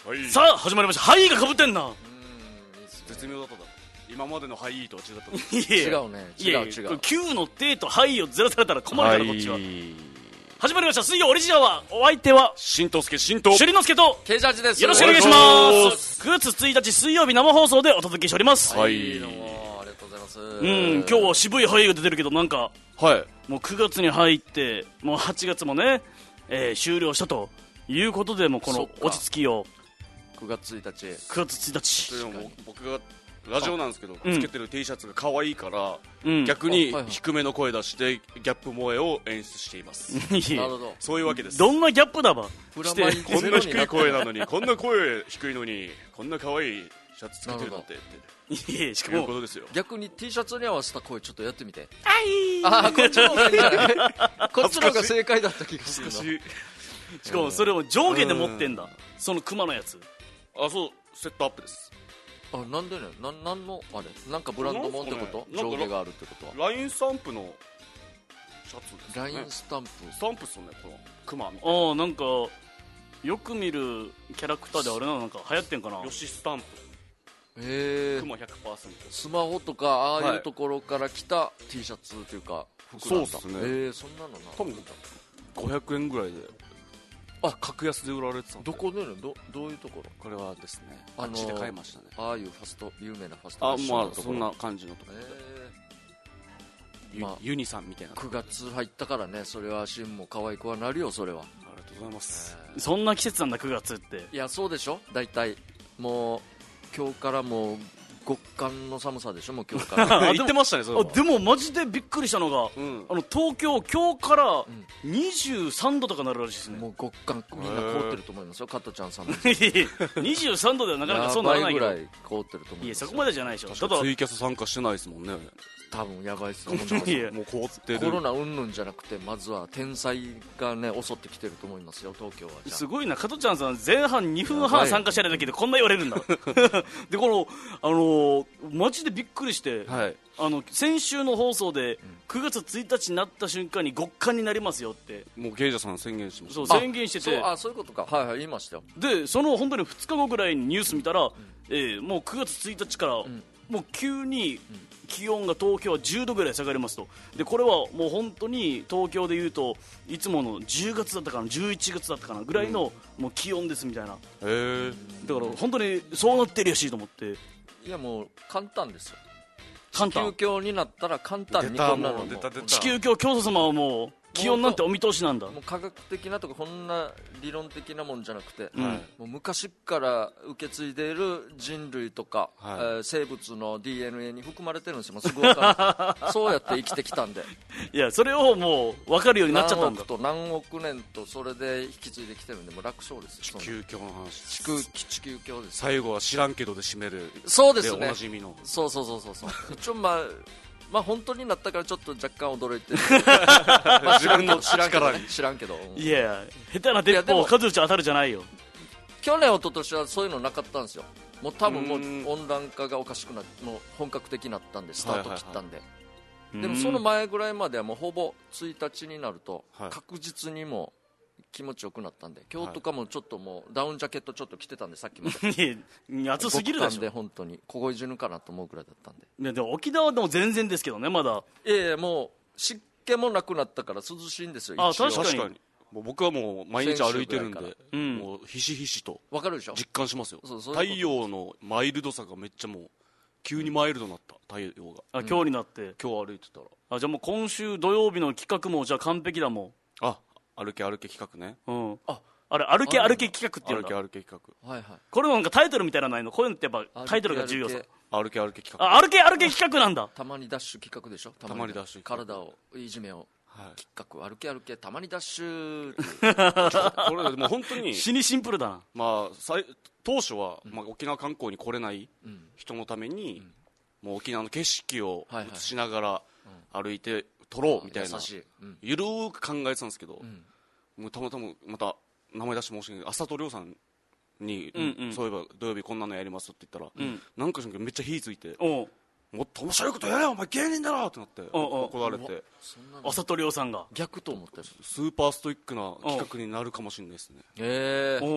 さあ始まりました。ハイが被ってんな。 絶妙だっただろ。今までのハイとは違ったの。 違うね。違う。 Q の手とハイをずらされたら困るから、こっちは。始まりました水曜オリジナルは、お相手は新藤助新藤朱里之助とケイジャージです。 よろしくお願いします。9月1日水曜日生放送でお届けしております。 はい、どうもありがとうございます。 今日は渋いハイが出てるけど、なんかもう9月に入ってもう8月もね、終了したということで、もうこの落ち着きを 9月1日 9月1日僕がラジオなんですけど、つけてる T シャツが可愛いから、逆に低めの声出してギャップ萌えを演出しています。 なるほど。 そういうわけです。 どんなギャップだばしてこんな低い声なのに、こんな声低いのに、こんな可愛いシャツつけてるなんてっていや、しかもことですよ。 逆に T シャツに合わせた声ちょっとやってみて。 こっちの方がいいんじゃないこっちの方が正解だった気がするな。 しかもそれを上下で持ってんだ、そのクマのやつ。 そう、セットアップです。 なんでね、なんのあれ、なんかブランドもんってこと？上下があるってことは。 ラインスタンプのシャツですね。 ラインスタンプ。 スタンプっすよね、このクマみたいな。 なんかよく見るキャラクターであれなんか流行ってんかな。 よしスタンプ。クマ 100%。 スマホとかああいうところから来た T シャツというか服なんだ。 そうっすね。 そんなのな。 多分500円ぐらいで。格安で売られてたんで。 どこでのどういうところ？ これはですね、あっちで買いましたね。 ああいう有名なファストファッションのところ。 そんな感じのところ。ユニさんみたいな。 9月入ったからね、それはシンも可愛くはなるよ、それは。 ありがとうございます。 そんな季節なんだ9月って。 いや、そうでしょ。大体もう今日からもう極寒の寒さでしょ、もう今日から言ってましたね。それはでもマジでびっくりしたのが、東京今日から23度とかなるらしいですね。 もう極寒、みんな凍ってると思いますよ、加トちゃんさんも 23度ではなかなかそうならないけど、 やばいぐらい凍ってると思いますよ。 いや、そこまでじゃないでしょ。 ただツイキャス参加してないですもんね。 多分やばいっす。 もう凍ってる。 コロナ云々じゃなくて、まずは天災がね襲ってきてると思いますよ、東京は。 すごいな、加トちゃんさん前半2分半参加してるだけでこんな言われるんだで、このマジでびっくりして、先週の放送で9月1日になった瞬間に極寒になりますよってもうゲイジャさん宣言しました。 そう宣言してて、 そういうことか。はいはい、言いましたよ。 でその本当に2日後ぐらいにニュース見たら、もう9月1日からもう急に気温が東京は10度ぐらい下がりますと。でこれはもう本当に東京でいうといつもの10月だったかな11月だったかなぐらいのもう気温ですみたいな。だから本当にそうなってるやしいと思って。 いや、もう簡単ですよ。 簡単。 地球教になったら簡単にこんなのも地球教教祖様はもう気温なんてお見通しなんだ。 もう科学的なとかこんな理論的なもんじゃなくて、もう昔から受け継いでいる人類とか、生物の DNA に含まれてるんですよ。もうすぐ分かるそうやって生きてきたんで。 いや、それをもう分かるようになっちゃったんだ。 何億年とそれで引き継いできてるんで、もう楽勝ですよ。 地球教の話。 地球教です。 最後は知らんけどで締める。 そうですね。 おなじみの。 そう一応まあ本当になったからちょっと若干驚いてる自分の力に知らんけど、 いや下手な鉄砲数打ち当たるじゃないよ。 去年一昨年はそういうのなかったんですよ。もう多分もう温暖化がおかしくなってもう本格的になったんでスタート切ったんで、でもその前ぐらいまではもうほぼ1日になると確実にもう気持ちよくなったんで、今日とかもちょっともうダウンジャケットちょっと着てたんで、さっきまで暑すぎるでしょ。 で本当に凍え死ぬかなと思うぐらいだったんで。 いやでも沖縄でも全然ですけどね、まだ。 もう湿気もなくなったから涼しいんですよ。 確かにもう僕はもう毎日歩いてるんで、もうひしひしとわかるでしょ、 実感しますよ。太陽のマイルドさがめっちゃもう急にマイルドになった太陽が。 今日になって今日歩いてたら、 じゃあもう今週土曜日の企画もじゃあ完璧だもん。 歩け歩け企画ね。 あれ歩け歩け企画っていうの。 歩け歩け企画。 これのなんかタイトルみたいなのないの？こういうのってやっぱタイトルが重要さ。 歩け歩け企画。 歩け歩け企画なんだ。 たまにダッシュ企画でしょ。 たまにダッシュ。 体をいじめを企画。歩け歩けたまにダッシュ。 これもう本当に死にシンプルだな。 当初は沖縄観光に来れない人のためにもう沖縄の景色を映しながら歩いて撮ろうみたいなゆるーく考えてたんですけど、もうたまたままた名前出して申し訳ない浅戸亮さんに、そういえば土曜日こんなのやりますって言ったら、なんかめっちゃ火ついて、もっと面白いことやれよお前芸人だろってなって怒られて、 浅戸亮さんが逆と思ってる。 スーパーストイックな企画になるかもしれないですね。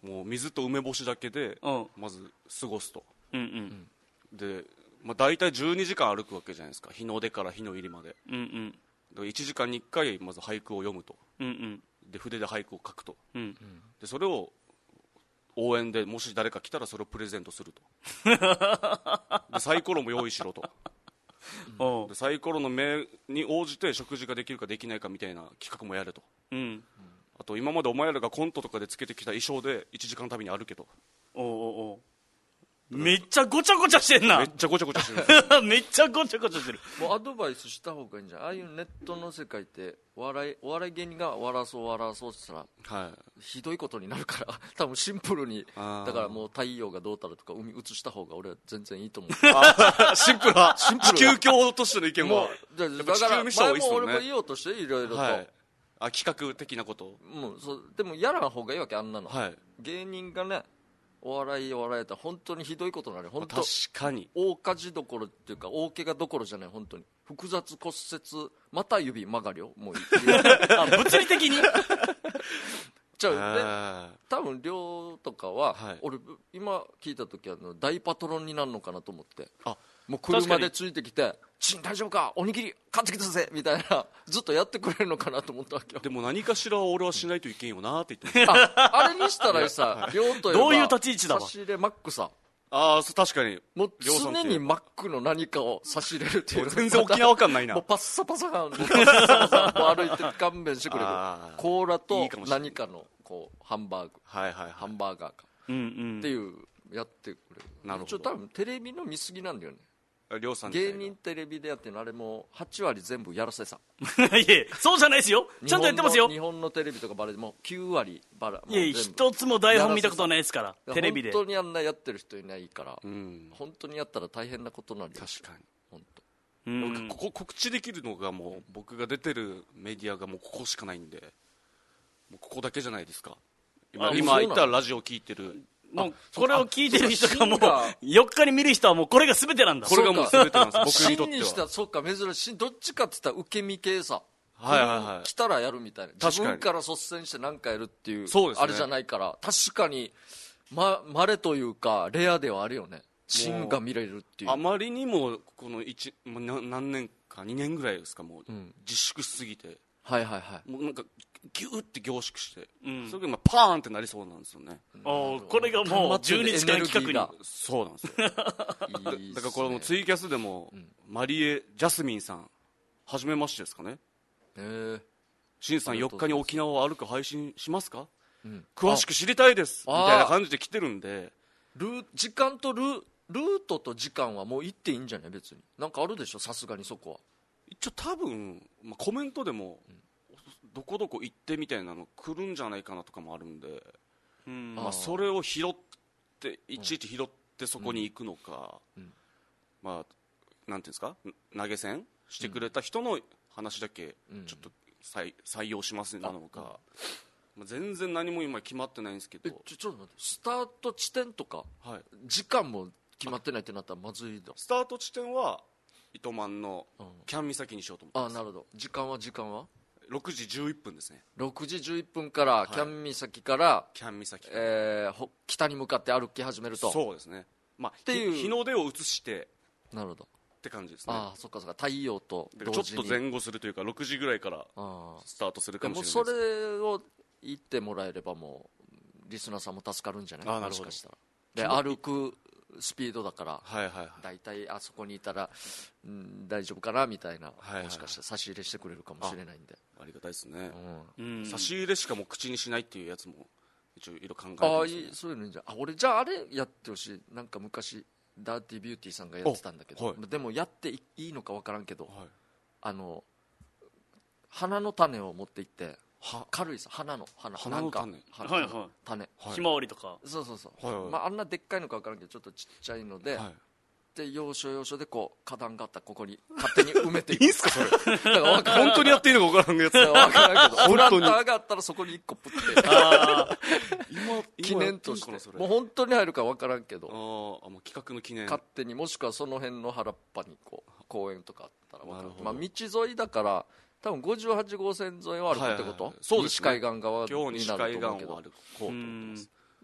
もう水と梅干しだけでまず過ごすと、で、大体12時間歩くわけじゃないですか、日の出から日の入りまで、だから1時間に1回まず俳句を読むと、で筆で俳句を書くと、でそれを応援でもし誰か来たらそれをプレゼントするとでサイコロも用意しろとでサイコロの目に応じて食事ができるかできないかみたいな企画もやれと、あと今までお前らがコントとかでつけてきた衣装で1時間旅に歩けと。 めっちゃごちゃごちゃしてんな。 めっちゃごちゃごちゃしてるめっちゃごちゃごちゃしてる。 もうアドバイスした方がいいんじゃん。ああいうネットの世界ってお笑い芸人が笑そうって言ったら、ひどいことになるから多分シンプルにだからもう太陽がどうたらとか海映した方が俺は全然いいと思う。 シンプルな地球教としての意見はだから前も俺も言おうとしていろいろと、 企画的なことでもやらん方がいいわけあんなの、芸人がねお笑いやったら本当にひどいことになる。本当確かに大火事どころっていうか大怪我どころじゃない。本当に複雑骨折また指曲がるよもう物理的にじゃあ多分寮とかは、俺今聞いた時は大パトロンになるのかなと思って、もう車でついてきて「チン大丈夫かおにぎり買ってきたぜ」みたいなずっとやってくれるのかなと思ったわけよ。 でも何かしら俺はしないといけんよなって言ってあれにしたらさ寮といえばどういう立ち位置だわ。 差し入れマックさ確かにもう常にマックの何かを差し入れるっていう全然沖縄感ないな。 もうパッサパサ感もうパッサパサもう歩いて勘弁してくれるコーラと何かのこうハンバーグ、ハンバーガーか、っていうやってくれる。 なるほど。 多分テレビの見過ぎなんだよね。 さん芸人テレビでやってるのあれも8割全部やらせさいやそうじゃないですよ。ちゃんとやってますよ。 日本のテレビとかバレでも9割バラ。 いや一つも台本見たことないですからテレビで。 本当にあんなやってる人いないから、本当にやったら大変なことになるよ。 確かに本当。告知できるのがもう僕が出てるメディアがもうここしかないんで、もうここだけじゃないですか。今言ったらラジオ聞いてる、 もうこれを聞いてる人がもう4日に見る人はもうこれが全てなんだ。 これがもう全てなんです僕にとっては。 そうか珍しい。どっちかって言ったら受け身系さ、来たらやるみたいな、自分から率先して何かやるっていうあれじゃないから、確かにまれというかレアではあるよね。芯が見れるっていう。あまりにもこの何年か2年ぐらいですか、もう自粛しすぎて、もうなんかギューって凝縮して、それがパーンってなりそうなんですよね。 これがもう12時間企画に。 そうなんですよだからこれもツイキャスでも、マリエ・ジャスミンさん初めましてですかね。シンさん4日に沖縄を歩く配信しますか、詳しく知りたいですみたいな感じで来てるんで、 時間とルートと時間はもう行っていいんじゃない。別になんかあるでしょさすがにそこは。 一応多分、コメントでも、どこどこ行ってみたいなの来るんじゃないかなとかもあるんで、それを拾っていちいち拾ってそこに行くのか、なんていうんですか、投げ銭してくれた人の話だけちょっと採用しますなのか、全然何も今決まってないんですけど。 ちょっと待って、スタート地点とか、時間も決まってないってなったらまずいだ。 スタート地点は糸満のキャン岬にしようと思ってます。 なるほど。時間は 6時11分ですね。 6時11分からキャン岬から北に向かって歩き始めると。 そうですね。っていう日の出を映してなるほどって感じですね。 そっか太陽と同時にちょっと前後するというか6時ぐらいからスタートするかもしれないです。 もうそれを言ってもらえればもうリスナーさんも助かるんじゃないかな。もしかしたらで歩くスピードだから、だいたいあそこにいたら、大丈夫かなみたいな、もしかしたら差し入れしてくれるかもしれないんで。 ありがたいですね。差し入れしかも口にしないっていうやつも一応いろいろ考えてますね。 そういうのいいんじゃん。俺じゃああれやってほしい。なんか昔ダーティービューティーさんがやってたんだけど、でもやっていいのか分からんけど、花の種を持って行って軽いさ、花の種ひまわりとか。 そうあんなでっかいのか分からんけどちょっとちっちゃいので、で要所要所でこう花壇があったらここに勝手に埋めていく。 いいんすかそれ本当にやっていいのか分からんやつ分からんけどプランターがあったらそこに1個プって記念としてもう本当に入るか分からんけど、 もう企画の記念勝手に、もしくはその辺の原っぱにこう公園とかあったら分かる。道沿いだから多分58号線沿いを歩くってこと。 そうですね。 西海岸側になると思うけど、 今日西海岸を歩こうと思ってます。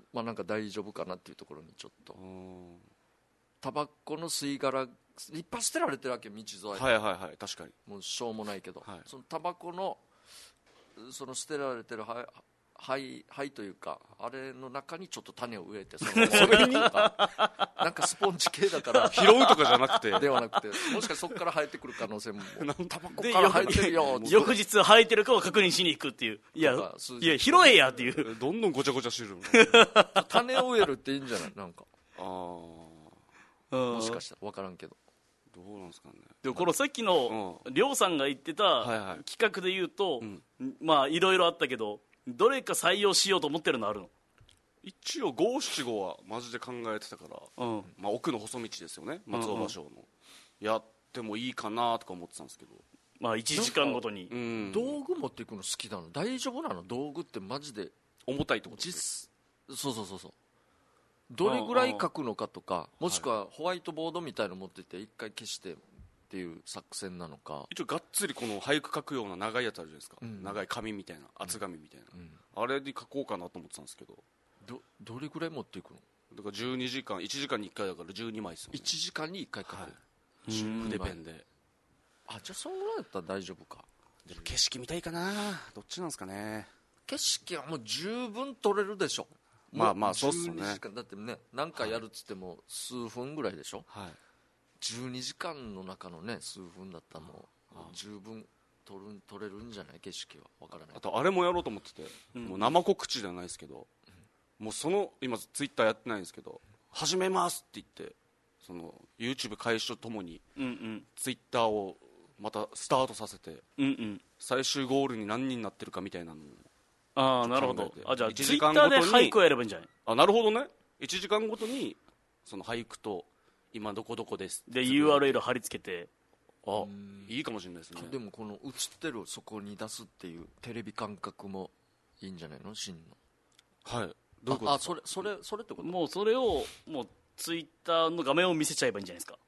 まあなんか大丈夫かなっていうところにちょっとタバコの吸い殻いっぱい捨てられてるわけ道沿い、 はいはいはい、確かに。 もうしょうもないけど、 はい、 そのタバコのその捨てられてる灰というかあれの中にちょっと種を植えてそれになんかスポンジ系だから拾うとかじゃなくてではなくて、もしかしたらそこから生えてくる可能性もタバコから生えてるよ翌日生えてるかを確認しに行くっていう、いや拾えやっていうどんどんごちゃごちゃしてる種を植えるっていいんじゃない、なんかもしかしたら分からんけど、 どうなんですかね。 でもこのさっきのりょうさんが言ってた企画で言うと、まあいろいろあったけどどれか採用しようと思ってるのあるの？ 一応五七五はマジで考えてたから、まあ、奥の細道ですよね、松尾芭蕉の、やってもいいかなとか思ってたんですけど、 まあ1時間ごとに、 道具持っていくの好きなの？大丈夫なの？道具ってマジで重たいってことですね。そうどれぐらい書くのかとか、もしくはホワイトボードみたいの持ってて一回消してっていう作戦なのか。 一応がっつりこの俳句書くような長いやつあるじゃないですか、長い紙みたいな厚紙みたいな、あれで書こうかなと思ってたんですけど、 どれぐらい持っていくの？ だから12時間1時間に1回だから12枚ですよね。 1時間に1回書く、 筆ペンで。 じゃあそんぐらいだったら大丈夫か。 でも景色見たいかな、どっちなんですかね。 景色はもう十分撮れるでしょ。 まあまあそうっすね。 12時間だってね、何回やるっつっても数分ぐらいでしょ、12時間の中のね数分だったらもう十分撮れるんじゃない？景色は分からない。 あとあれもやろうと思ってて、もう生告知じゃないですけど、もう今ツイッターやってないんですけど、始めますって言ってその YouTube 開始とともに、ツイッターをまたスタートさせて、最終ゴールに何人になってるかみたいなのをなるほど。じゃあ 1 ツイ時間ッターでごとに俳句をやればいいんじゃない？ なるほどね。1時間ごとにその俳句と今どこどこですで URL 貼り付けて、 いいかもしれないですね。 でもこの映ってるそこに出すっていうテレビ感覚もいいんじゃないの？真の。 はい。どういうことですか？ それってこと？ もうそれをもうツイッターの画面を見せちゃえばいいんじゃないですか。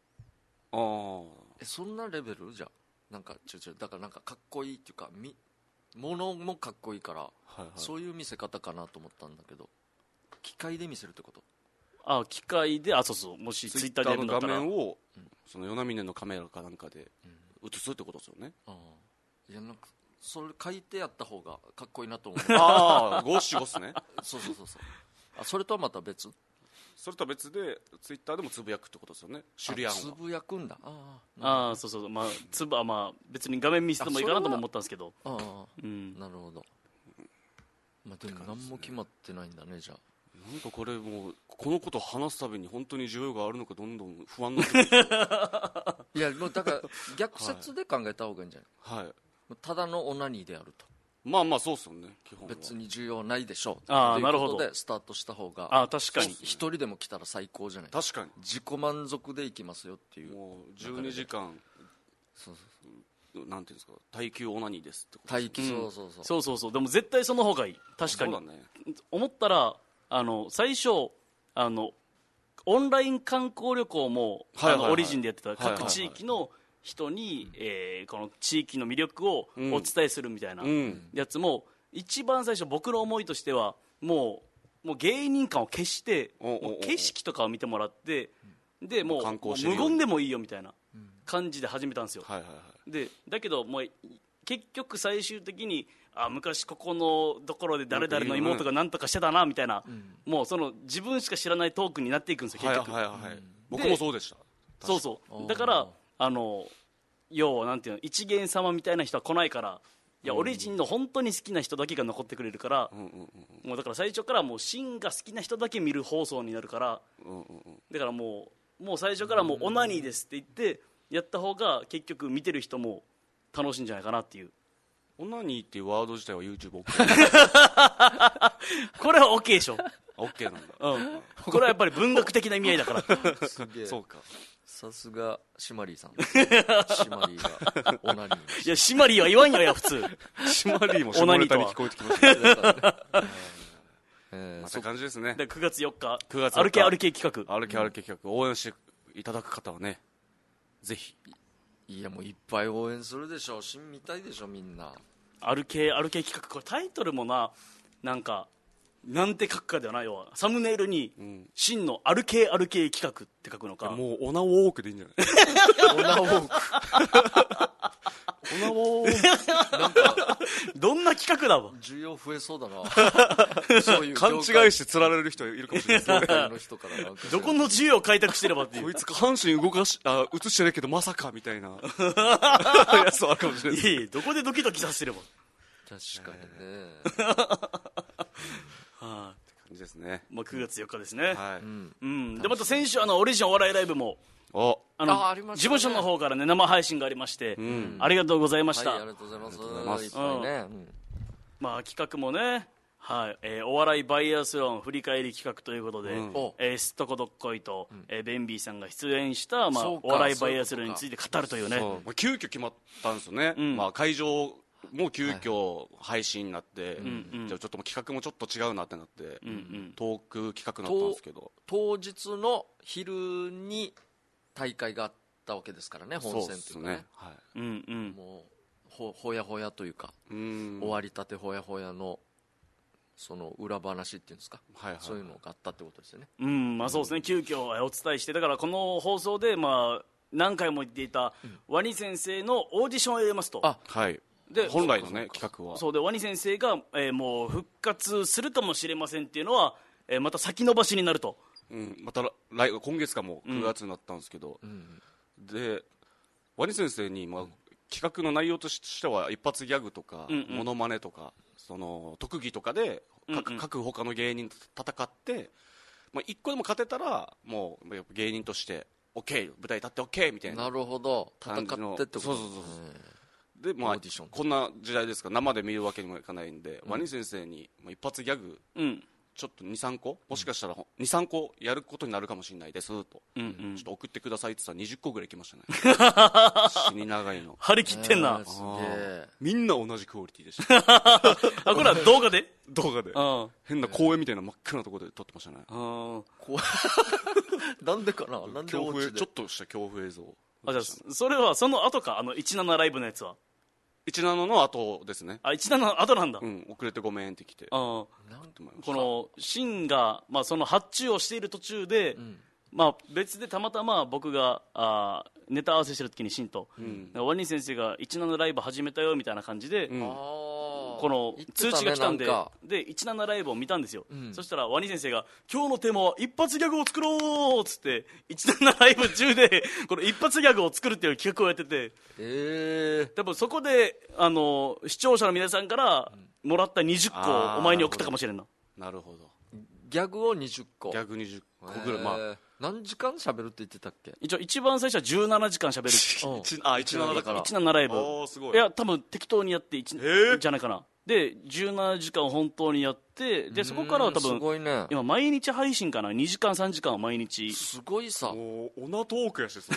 そんなレベルじゃなんかだからなんかかっこいいっていうか物もかっこいいから、そういう見せ方かなと思ったんだけど、機械で見せるってこと？機械でそうもしツイッターでやるんだったらツイッターの画面を、その与那嶺のカメラかなんかで映すってことですよね。 いやなんかそれ書いてやった方がかっこいいなと思う。 五七五っすね。 そうそれとはまた別？ それとは別でツイッターでもつぶやくってことですよね。シュリアンはつぶやくんだ。 そうまあ別に画面見せてもいいかなとも思ったんですけど。 なるほど。でも何も決まってないんだね。じゃあなんかこれもうこのことを話すたびに本当に需要があるのかどんどん不安になってきていやもうだから逆説で考えた方がいいんじゃない？ただのオナニーであると。 まあそうっすよね。基本は別に需要ないでしょう。 なるほど。 ということでスタートした方が確かに一人でも来たら最高じゃない？ 確かに自己満足でいきますよっていう。 もう12時間なんていうんですか、耐久オナニーですってこと耐久、 そうでも絶対その方がいい。確かに、思ったら最初オンライン観光旅行もオリジンでやってた各地域の人にこの地域の魅力をお伝えするみたいなやつも、一番最初僕の思いとしてはもう芸人感を消して景色とかを見てもらって、でもう無言でもいいよみたいな感じで始めたんですよ。でだけどもう結局最終的に昔ここのところで誰々の妹が何とかしてたなみたいな、もうその自分しか知らないトークになっていくんですよ結局。 僕もそうでした。 そうだから要はなんていうの、一元様みたいな人は来ないから、いやオリジンの本当に好きな人だけが残ってくれるから、もうだから最初からもうシンが好きな人だけ見る放送になるから、だからもう最初からもうオナニーですって言ってやった方が結局見てる人も楽しいんじゃないかなっていう。 オナニーっていうワード自体は YouTube OK これは OK でしょ。 OK なんだ、 これはやっぱり文学的な意味合いだからすげえ。 そうか、 さすがシマリーさんシマリーがオナニー。 いやシマリーは言わんよや普通シマリーも下ネタに聞こえてきましたまた感じですね。 9月4日歩け歩け企画、 歩け歩け企画応援していただく方はね、ぜひ。 いやもういっぱい応援するでしょ。新見たいでしょみんな。 歩け企画、これタイトルもなんかなんて書くかではないわ。サムネイルに真の歩け歩け企画って書くのか、 もうオナウォークでいいんじゃないオナウォークオナウォークなんかどんな企画だわ。 需要増えそうだなそういう勘違いして釣られる人いるかもしれないですね業界の人からなんかどこの自由を開拓してればっていうこいつ下半身映してないけどまさかみたいなやつはあるかもしれないいやどこでドキドキさせてれば。 確かにねは感じですね。 い、まあ、9月4日ですね、 はい。 うん、でまた先週オリジンお笑いライブもお、 ありましたね事務所の方からね生配信がありまして、ありがとうございました、 はい、ありがとうございますありがとうございますいっぱいね、 まあ、企画もね、はいお笑いバイアスロン振り返り企画ということで、すっとこどっこいと、ベンビーさんが出演した、まあ、 そうかお笑いバイアスロンについて語るというね。 そうまあ急遽決まったんですよね。まあ会場もう急遽配信になって、じゃあちょっともう企画もちょっと違うなってなって、トーク企画になったんですけど、 当日の昼に大会があったわけですからね、本戦というかね、 はいもうほやほやというか、終わりたてほやほやのその裏話っていうんですか、そういうのがあったってことですよね。 まあ、そうですね、急遽お伝えして、だからこの放送で、まあ、何回も言っていた、ワニ先生のオーディションを入れますと。 はいで本来のね企画はそうでワニ先生が、もう復活するかもしれませんっていうのは、また先延ばしになると。 また今月かも9月になったんですけど、でワニ先生に、まあ企画の内容としては一発ギャグとか、モノマネとかその特技とかで各他の芸人と戦って、まあ、1個でも勝てたらもう芸人として OK 舞台立って OK みたいな。 なるほど、戦ってってことそうで、まあ、こんな時代ですから生で見るわけにもいかないんで、ワニ先生に一発ギャグ、ちょっと 2,3 個もしかしたら 2,3 個やることになるかもしれないですと、ちょっと送ってくださいって言ったら20個ぐらい来ましたね死に長いの張り切ってんな、 すげえ。 みんな同じクオリティでしたあこれは動画で動画で変な公園みたいな真っ暗なところで撮ってましたね。 なんでかな、なんでお家でちょっとした恐怖映像。 じゃあそれはその後か、17ライブのやつは。 17の後ですね。 17の後なんだ。 遅れてごめんって来て、 このシンが、まあ、その発注をしている途中で、まあ、別でたまたま僕がネタ合わせしてる時にシンと、ワニ先生が17ライブ始めたよみたいな感じで、この通知が来たんで、で17ライブを見たんですよ、そしたらワニ先生が今日のテーマは一発ギャグを作ろうっつって17ライブ中でこの一発ギャグを作るっていう企画をやってて、多分そこで視聴者の皆さんからもらった20個をお前に送ったかもしれんな。 なるほど。 ギャグを20個ギャグ20個ぐらい、まあ何時間喋るって言ってたっけ。 一応一番最初は17時間喋る 17だから 17ライブ。 すごい。 いや多分適当にやってじゃないかな。で17時間本当にやって、でそこからは多分すごいね、 今毎日配信かな、2時間3時間は毎日。 すごいさ、 もうオナトークやし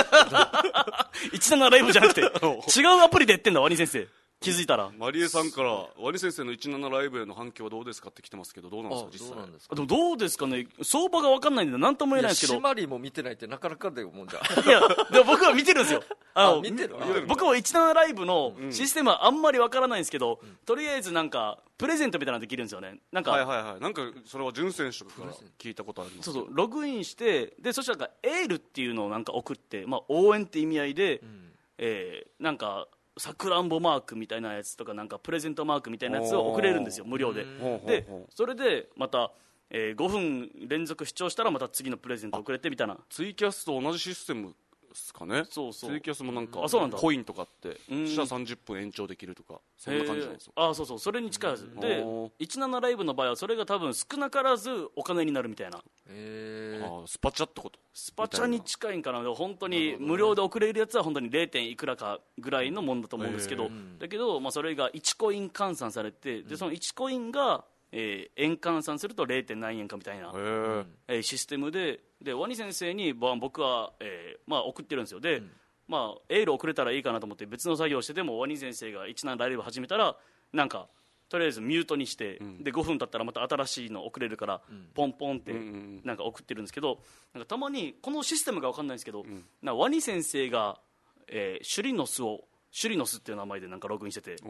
17ライブじゃなくて違うアプリでやってんだワニ先生。気づいたらマリエさんからワニ先生の17ライブへの反響はどうですかって来てますけど、どうなんですか実際。 でもどうですかね、相場が分かんないんで何とも言えないですけど。 シマリも見てないってなかなかだよもんじゃいやでも僕は見てるんですよ見てる。 僕は17ライブのシステムはあんまり分からないんですけど、とりあえずなんかプレゼントみたいなのできるんですよね。なんかなんかそれは潤選手とかから聞いたことあります。 そうログインして、でそしたらエールっていうのをなんか送って、まあ、応援って意味合いで、なんかさくらんぼマークみたいなやつとか、なんかプレゼントマークみたいなやつを送れるんですよ無料で。でそれでまた、5分連続視聴したらまた次のプレゼント送れてみたいな。 ツイキャスと同じシステムですかね。 そうツイキャスもなんかだコインとかってしたら30分延長できるとか、そんな感じなんですよ。 そうそれに近いはずで、17ライブの場合はそれが多分少なからずお金になるみたいな。 スパチャってこと。 スパチャに近いんかな。本当に無料で送れるやつは本当に 0. いくらかぐらいのもんだと思うんですけど、だけど、まあ、それが1コイン換算されて、でその1コインが、円換算すると 0. 何円かみたいな、システムでワニ先生に僕は、まあ、送ってるんですよ。で、まあ、エール送れたらいいかなと思って別の作業をしてても、ワニ先生が17ライブ始めたらなんかとりあえずミュートにして、で5分経ったらまた新しいの送れるから、ポンポンってなんか送ってるんですけど、なんかたまにこのシステムが分かんないんですけど、ワニ先生が、シュリノスっていう名前でなんかログインしてて、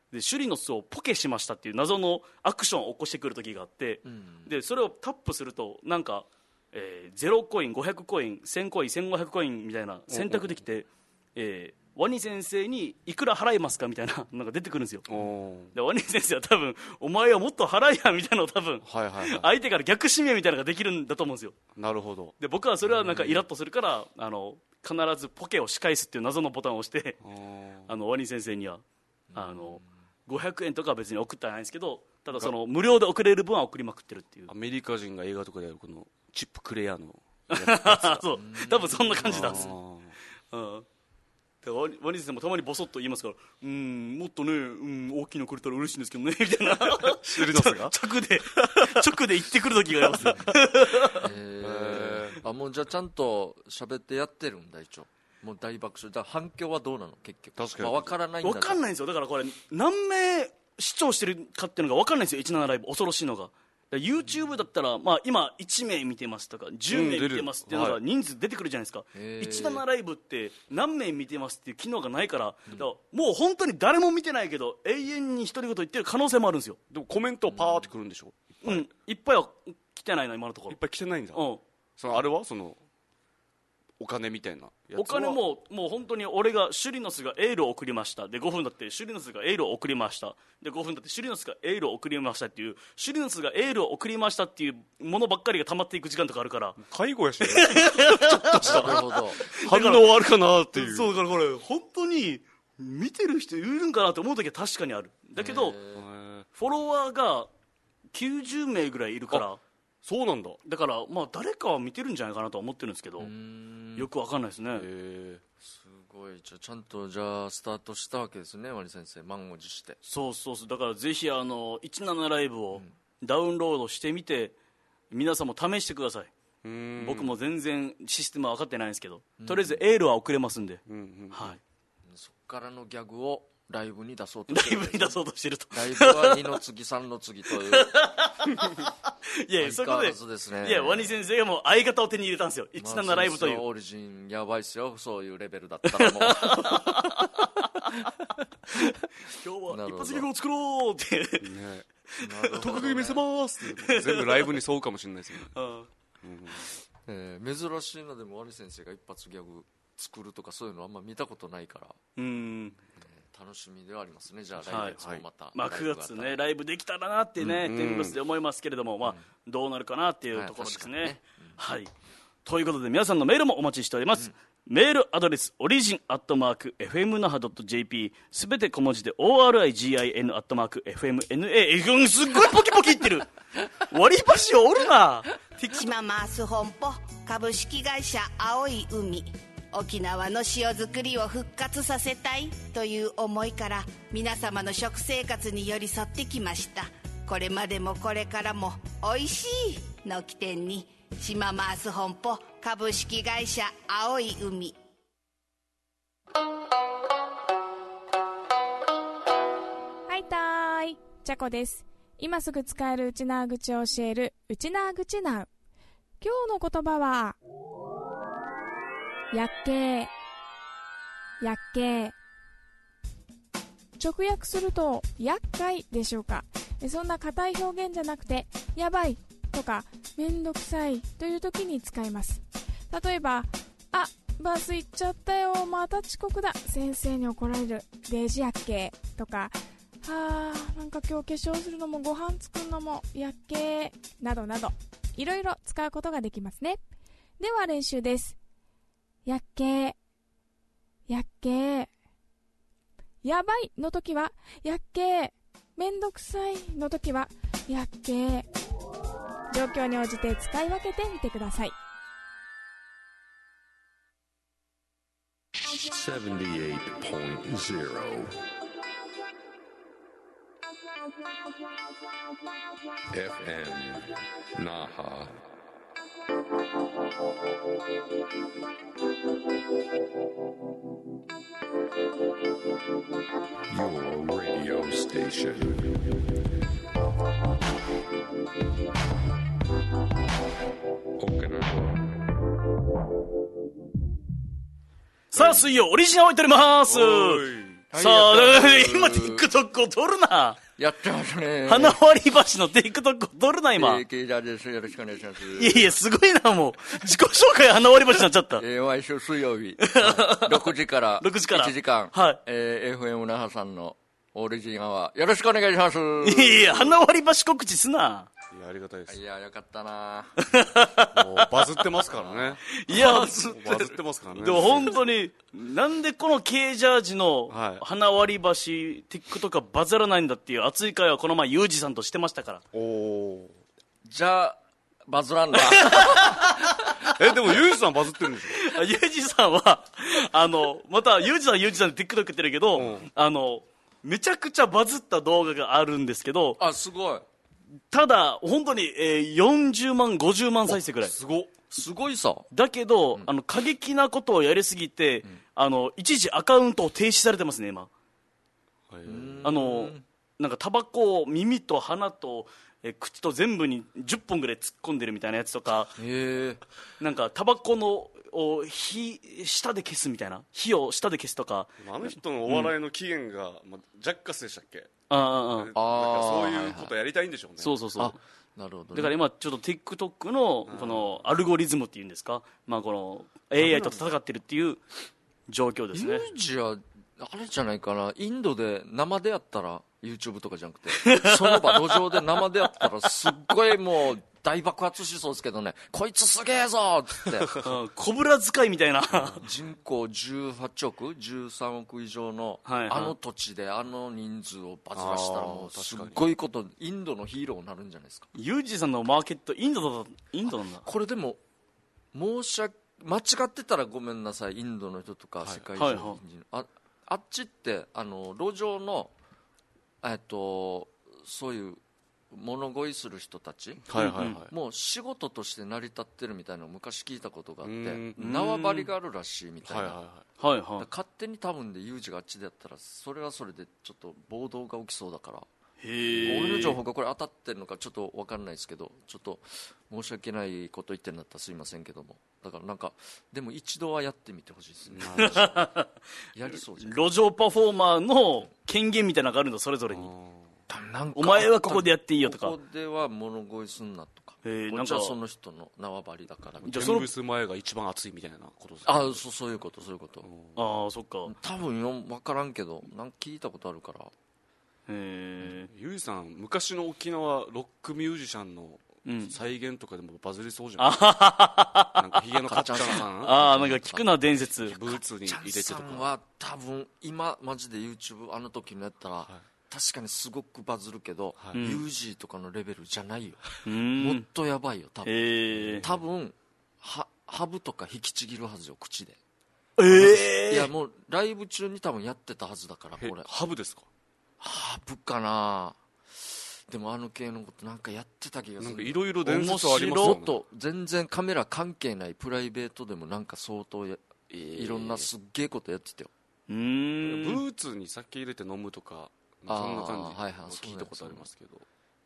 でシュリノスをポケしましたっていう謎のアクションを起こしてくる時があって、でそれをタップするとなんか、0コイン500コイン1000コイン1500コインみたいな選択できて、ワニ先生にいくら払いますかみたいなのが出てくるんですよ。でワニ先生は多分お前はもっと払いやみたいなのを多分、相手から逆指名みたいなのができるんだと思うんですよ。 なるほど。 で僕はそれはなんかイラッとするから必ずポケを仕返すっていう謎のボタンを押してワニ先生には500円とかは別に送ってないんですけど、ただその無料で送れる分は送りまくってるっていう。 アメリカ人が映画とかでやるこのチップクレアのそう多分そんな感じなんです。ワニ先生もたまにボソッと言いますから、もっとね、大きいのくれたら嬉しいんですけどねみたいなシュリノスが直で言ってくる時がありますあ、もうじゃあちゃんと喋ってやってるんだ一応。もう大爆笑だ。反響はどうなの結局。 確かに、 分からないんだ。 分かんないんですよ。だからこれ何名視聴してるかっていうのが分かんないんですよ。17ライブ恐ろしいのがYouTube だったら、今1名見てますとか10名見てますっていうのが人数出てくるじゃないですか。17ライブって何名見てますっていう機能がないから、だからもう本当に誰も見てないけど永遠に独り言言ってる可能性もあるんですよ。 でもコメントパーってくるんでしょ。 いっぱいは来てないな今のところ。 いっぱい来てないんだ。あれはそのお金みたいなやつは。 お金もう本当に俺がシュリノスがエールを送りましたで5分だってシュリノスがエールを送りましたで5分だってシュリノスがエールを送りましたっていうシュリノスがエールを送りましたっていうものばっかりが溜まっていく時間とかあるから、 介護やしちょっとしたなるほど反応あるかなっていう。 そうだからこれ本当に見てる人いるんかなと思う時は確かにある。だけどフォロワーが90名ぐらいいるから。 そうなんだ。 だから誰かは見てるんじゃないかなとは思ってるんですけど、よくわかんないですね。 すごい。ちゃんとじゃあスタートしたわけですねワニ先生、満を持して。 そうだからぜひ17ライブをダウンロードしてみて、皆さんも試してください。僕も全然システムは分かってないんですけど、とりあえずエールは送れますんで、はい、 そっからのギャグをライブに出そうとしてると。 ライブは2の次3の次といういやそこで、いやワニ先生がもう相方を手に入れたんですよ。17ライブという、 オリジンやばいっすよ。そういうレベルだったらもう今日は一発ギャグを作ろうって特技見せますって全部ライブに沿うかもしれないですよね。 珍しいのでもワニ先生が一発ギャグ作るとかそういうのあんま見たことないから、楽しみではありますね。じゃあ来月もまた、 9月ねライブできたらなってね、天国で思いますけれども、どうなるかなっていうところですね。はい、ということで皆さんのメールもお待ちしております。メールアドレスorigin@fmnaha.jp すべて小文字で origin@fmna すっごいポキポキいってる割り箸おるな。 島マース本舗株式会社青い海、沖縄の塩作りを復活させたいという思いから皆様の食生活に寄り添ってきました。これまでもこれからもおいしいの起点に島マース本舗株式会社青い海。 はいたーい、ちゃこです。今すぐ使えるウチナー口を教えるウチナー口ナウ。今日の言葉はやっけー。やっけー。直訳すると厄介でしょうか。そんな硬い表現じゃなくてやばいとかめんどくさいという時に使います。例えば、バス行っちゃったよ、また遅刻だ、先生に怒られる、デジやっけーとか、なんか今日化粧するのもご飯作るのもやっけーなどなど、いろいろ使うことができますね。では練習です。やっけー。やっけー。やばいの時はやっけー。めんどくさいの時はやっけー。状況に応じて使い分けてみてください。 78.0 FM Naha. Your radio station. Okinawa. さあ水曜オリジナルを置いております。 さあ、だから今 TikTok を撮るな。 やってますね。 花割り橋の TikTok を撮るな、今。 ケイジャーです。よろしくお願いします。 いや、すごいな、もう。自己紹介花割り橋になっちゃった。 毎週水曜日、6時から 6時から 1時間、 はい。 FM 那覇さんのオリジンアワー、よろしくお願いします。 いや、花割り橋告知すな。 いや、ありがたいです。 いや、よかったな。 もうバズってますからね。 いや、 バズってますからね。 でも本当に、なんでこの K ジャージの花割り橋、TikTok がバズらないんだっていう熱い会はこの前ユージさんとしてましたから。 おお。 じゃあ、バズらんだ。 でもユージさんバズってるんですよ。 ユージさんは、またユージさんはユージさんで TikTok やってるけど、めちゃくちゃバズった動画があるんですけど、 あ、すごい。 ただ、本当に、40万、50万再生くらい。 すごっ。 すごいさ。 だけど、過激なことをやりすぎて、一時アカウントを停止されてますね、今。なんかタバコを耳と鼻と、口と全部に10本ぐらい突っ込んでるみたいなやつとか、なんかタバコの舌で消すみたいな、火を舌で消すとか。 あの人のお笑いの起源が、ジャッカスでしたっけ？ なんかそういうことやりたいんでしょうね。 そうそうそう。 なるほど、 だから今ちょっと TikTok のこのアルゴリズムっていうんですか、この AI と戦ってるっていう状況ですね。 ユージはあれじゃないかな、インドで生でやったら YouTube とかじゃなくてその場路上で生でやったらすっごいもう大爆発しそうですけどね、こいつすげえぞっつってコブラ使いみたいな人口18億13億以上のあの土地であの人数をバズらしたらもうすっごいこと、インドのヒーローになるんじゃないですか。 ユージさんのマーケットインドなんだ。 これでも間違ってたらごめんなさい、インドの人とか世界中の人、あっちって路上のそういう物乞いする人たち、もう仕事として成り立ってるみたいなのを昔聞いたことがあって、縄張りがあるらしいみたいな、勝手に多分でユージがあっちでやったらそれはそれでちょっと暴動が起きそうだから、俺の情報がこれ当たってるのかちょっと分かんないですけど、ちょっと申し訳ないこと言ってるんだったらすいませんけども、だからなんかでも一度はやってみてほしいですねやりそうじゃん。 路上パフォーマーの権限みたいなのがあるんだ、それぞれに。お前はここでやっていいよとか、 ここでは物乞いすんなとか、こっちはその人の縄張りだからみたいな。 見物前が一番熱いみたいなことですか。そういうことそういうこと。 そっか。 多分分からんけどなんか聞いたことあるから。 ユージさん昔の沖縄ロックミュージシャンの再現とかでもバズりそうじゃないですか。なんかヒゲのかっちゃんさんなんか聞くな伝説。 ブーツに入れてとか。 かっちゃんさんは多分今マジで YouTube あの時のやったら、確かにすごくバズるけど、ユージとかのレベルじゃないよ。もっとやばいよ多分。多分ハブとか引きちぎるはずよ、口で。いやもうライブ中に多分やってたはずだから。これハブですか？ ハブかな。でもあの系のことなんかやってた気がする。 いろいろ伝説ありますよね。 もっと全然カメラ関係ないプライベートでもなんか相当いろんなすっげえことやってたよ。 ブーツに酒入れて飲むとかそんな感じ聞いたことありますけど、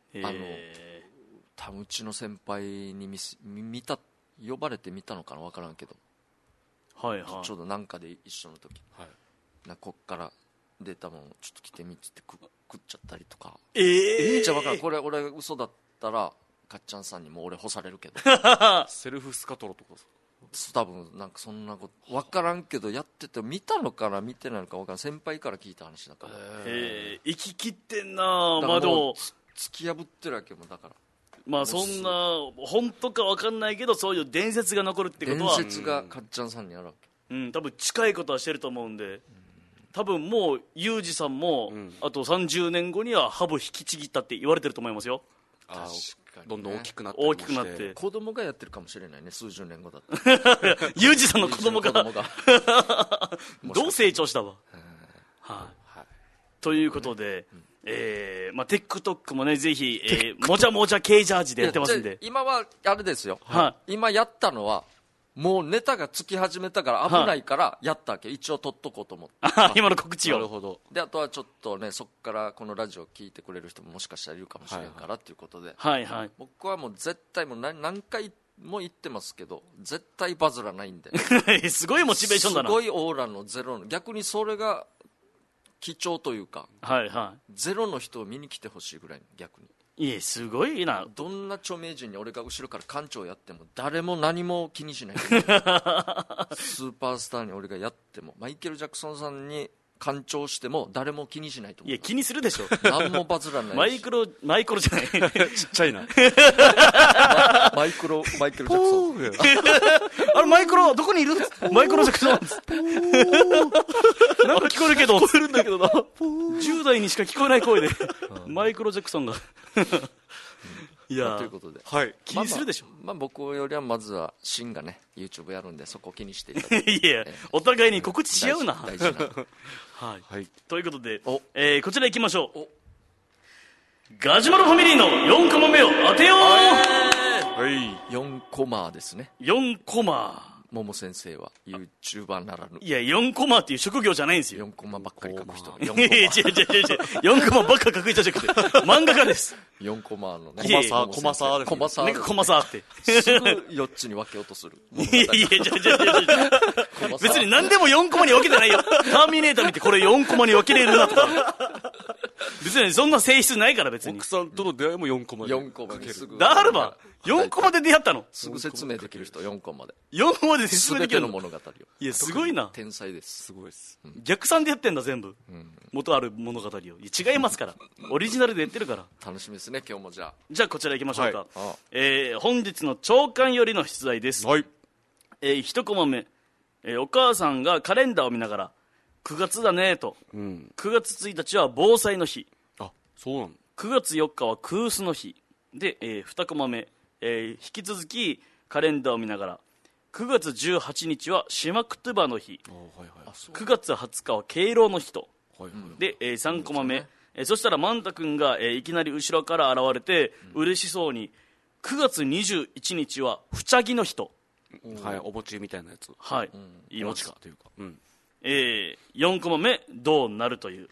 多分うちの先輩に呼ばれて見たのかな分からんけど、ちょうどなんかで一緒の時、こっから出たものちょっと着てみって言って食っちゃったりとか。じゃあ分からん、これ俺嘘だったらかっちゃんさんにも俺干されるけどセルフスカトロとか多分なんかそんなこと分からんけどやってて、見たのかな見てないのか分からん、先輩から聞いた話だから。 生き切ってんな。まあでも突き破ってるわけもだから、 まあそんな本当か分かんないけどそういう伝説が残るってことは、 伝説がかっちゃんさんにあるわけ。 多分近いことはしてると思うんで、多分もうユージさんも、あと30年後にはハブ引きちぎったって言われてると思いますよ。 どんどん大きくなって大きくなって子供がやってるかもしれないね、数十年後だったユージさんの子供がどう成長したわということで、TikTok もねぜひ、もちゃもちゃKジャージでやってますんで。 今はあれですよ、今やったのはもうネタがつき始めたから危ないからやったわけ、一応撮っとこうと思って今の告知を。 なるほど。 であとはちょっとね、そこからこのラジオ聞いてくれる人ももしかしたらいるかもしれんからっていうことで、僕はもう絶対もう何回も言ってますけど絶対バズらないんですごいモチベーションだな。 すごいオーラのゼロの、逆にそれが貴重というか、 はいはゼロの人を見に来てほしいぐらいに、逆にい。いえ、すごいな。 どんな著名人に俺が後ろから館長やっても誰も何も気にしないスーパースターに俺がやっても、マイケル・ジャクソンさんに館長しても誰も気にしないと思う。 いや、気にするでしょ。 何もバズらないしマイクロじゃない。 ちっちゃいな。 マイケル・ジャクソンあれ、マイクロ、どこにいるマイクロジャクソン。なんか聞こえるけど。聞こえるんだけどな。10代にしか聞こえない声で、マイクロジャクソンが。いや、 ということで、 はい。 気にするでしょ。 まあ僕よりはまずはシンがね YouTube やるんで、そこを気にしていただいていや、お互いに告知し合うな。 大事なはい。 はい。 ということで、 おこちら行きましょう。ガジュマルファミリーの4コマ目を当てよう。 はい。 4コマですね。 4コマ。 桃先生は YouTuber ならぬいや、4コマっていう職業じゃないんですよ。 4コマばっかり書く人、 いやいや違う違う違う、4コマばっか書く人じゃなくて、漫画家です。 4コマのね、 いやいや桃先生コマサーなんかコマサーって。 すぐ4つに分けようとするいやいや、違う別に何でも4コマに分けてないよ。ターミネーター見てこれ4コマに分けれるなとか。別にそんな性質ないから、別に。 奥さんとの出会いも4コマで。 4コマですぐだるば4コマで出会ったの。 すぐ説明できる人4コマで 4コマで説明できるの。 全ての物語を。 いや、すごいな。 天才です。 すごいです。 逆算でやってんだ、全部。元ある物語を。いや違いますから。オリジナルでやってるから。 楽しみですね、今日も。じゃじゃあこちら行きましょうか。 はいあ本日の長官よりの出題です。 はい。 1コマ目、お母さんがカレンダーを見ながら9月だねと、 うん。 9月1日は防災の日、 あ、そうなの。 9月4日は空巣の日で、2コマ目、引き続きカレンダーを見ながら9月18日はシマクトゥバの日、 あ、はいはい。 9月20日は敬老の日と、 はいはい。 で、3コマ目、そしたらマンタ君が、いきなり後ろから現れて、嬉しそうに9月21日はフチャギの日と、 はい、お餅みたいなやつ。 はい、言いおます餅かというか。うん。 4コマ目どうなるという、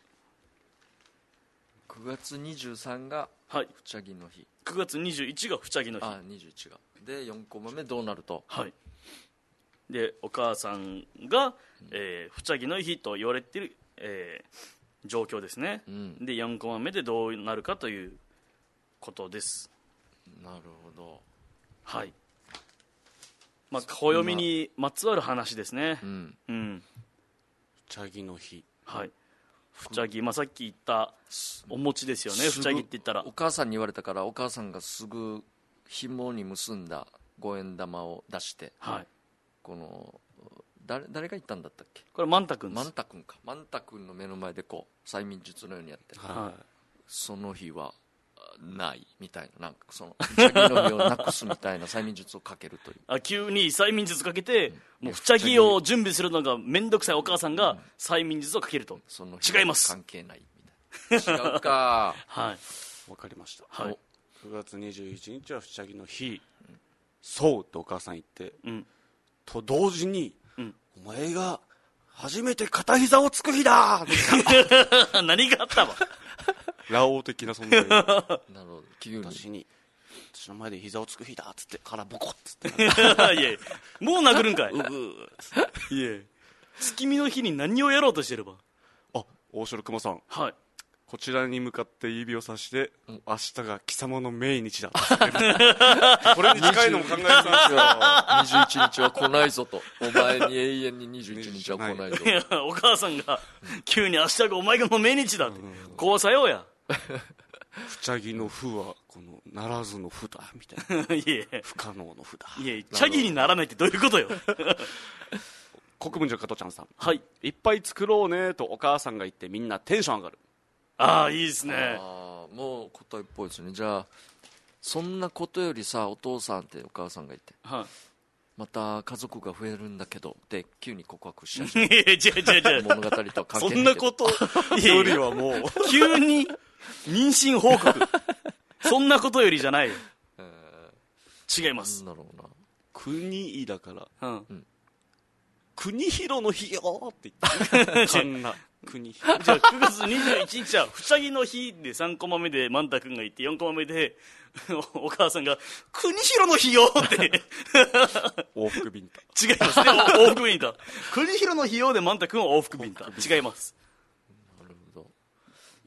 9月23がはい、 フチャギの日、 9月21がフチャギの日、 あ21がで4コマ目どうなると、 はい、でお母さんが、フチャギの日と言われている、状況ですね、 うんで4コマ目でどうなるかということです。 なるほど。 はい、まあ、暦にまつわる話ですね。 うんうん、 チャギの日。 はい、フチャギ、まあ、さっき言ったお餅ですよね。フチャギって言ったらお母さんに言われたから、お母さんがすぐ紐に結んだ5円玉を出して、 はい、 この誰が言ったんだったっけ、 これマンタ君です。 マンタ君か、マンタ君の目の前でこう催眠術のようにやって、 はその日はないみたいな、なんかそのフチャギの日をなくすみたいな催眠術をかけるというあ、急に催眠術かけて、もうフチャギを準備するのが面倒くさいお母さんが催眠術をかけると、 その日は違います。 関係ないみたいな。違うか。 はいわかりました。 はい、 9月21日はフチャギの日。そうってお母さん言って。 うん、 と同時に、 うんお前が初めて片膝をつく日だ何があったわ。 ラオウ的な存在がなるほど、急に私の前で膝をつく日だっつってからボコッつっていやいや、もう殴るんかい。 うぐーいや、月見の日に何をやろうとしてれば。 あ、大城熊さん、 はい、 こちらに向かって指をさして、明日が貴様の命日だこれに近いのも考えてたんですよ。 21日は来ないぞと、お前に永遠に21日は来ないぞいやお母さんが急に明日がお前がもう命日だって、こうさようや。 フチャギの負はこのならずの負だみたいな、 いや不可能の負だ。 いや、チャギにならないってどういうことよ。 国分寺加藤ちゃんさん、 はい、 いっぱい作ろうねとお母さんが言ってみんなテンション上がる。 ああ、いいですね。 あーもう答えっぽいですね。じゃあそんなことよりさ、お父さんってお母さんがいて、 はまた家族が増えるんだけどって急に告白しい、 ちゃいや違う物語とは関係ないけどそんなことよりはもう急に妊娠報告。そんなことよりじゃないよ。違います。 なんだろうな。 国だからうん、 国広の日よって言ってかんな国じゃあ9月21日はフチャギの日で3コマ目でマンタ君が言って4コマ目でお母さんが国広の日よって往復ビンタ違いますね。往復ビンタ。国広の日よでマンタ君は往復ビンタ。違います。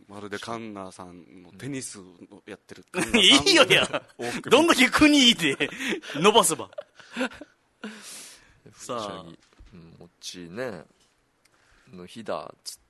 まるでカンナさんのテニスのやってるいいよやどんだけ国で伸ばせばさあ餅ねの日だっつって、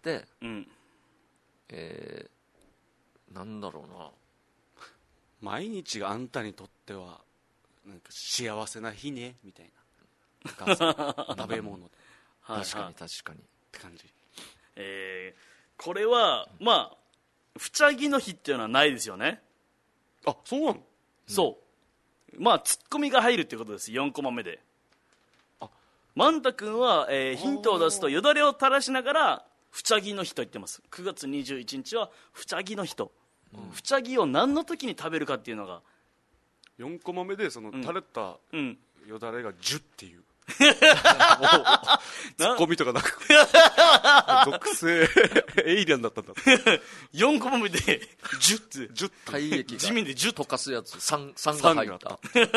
なんだろうな、 毎日があんたにとってはなんか幸せな日ねみたいなお母さん食べ物で確かに確かにって感じ。 これはまあふちゃぎの日っていうのはないですよね。 あ、そうなの？ そうまあツッコミが入るっていうことです。4コマ目でマンタ君は、ヒントを出すとよだれを垂らしながらふちゃぎの日と言ってます。9月21日はふちゃぎの日と、ふちゃぎを何の時に食べるかっていうのが 4コマ目でその垂れたよだれがジュっていうツッコミとかなく属性エイリアンだったんだ 4コマ目でジュってジュ体液が地味でジュッ溶かすやつ酸が入った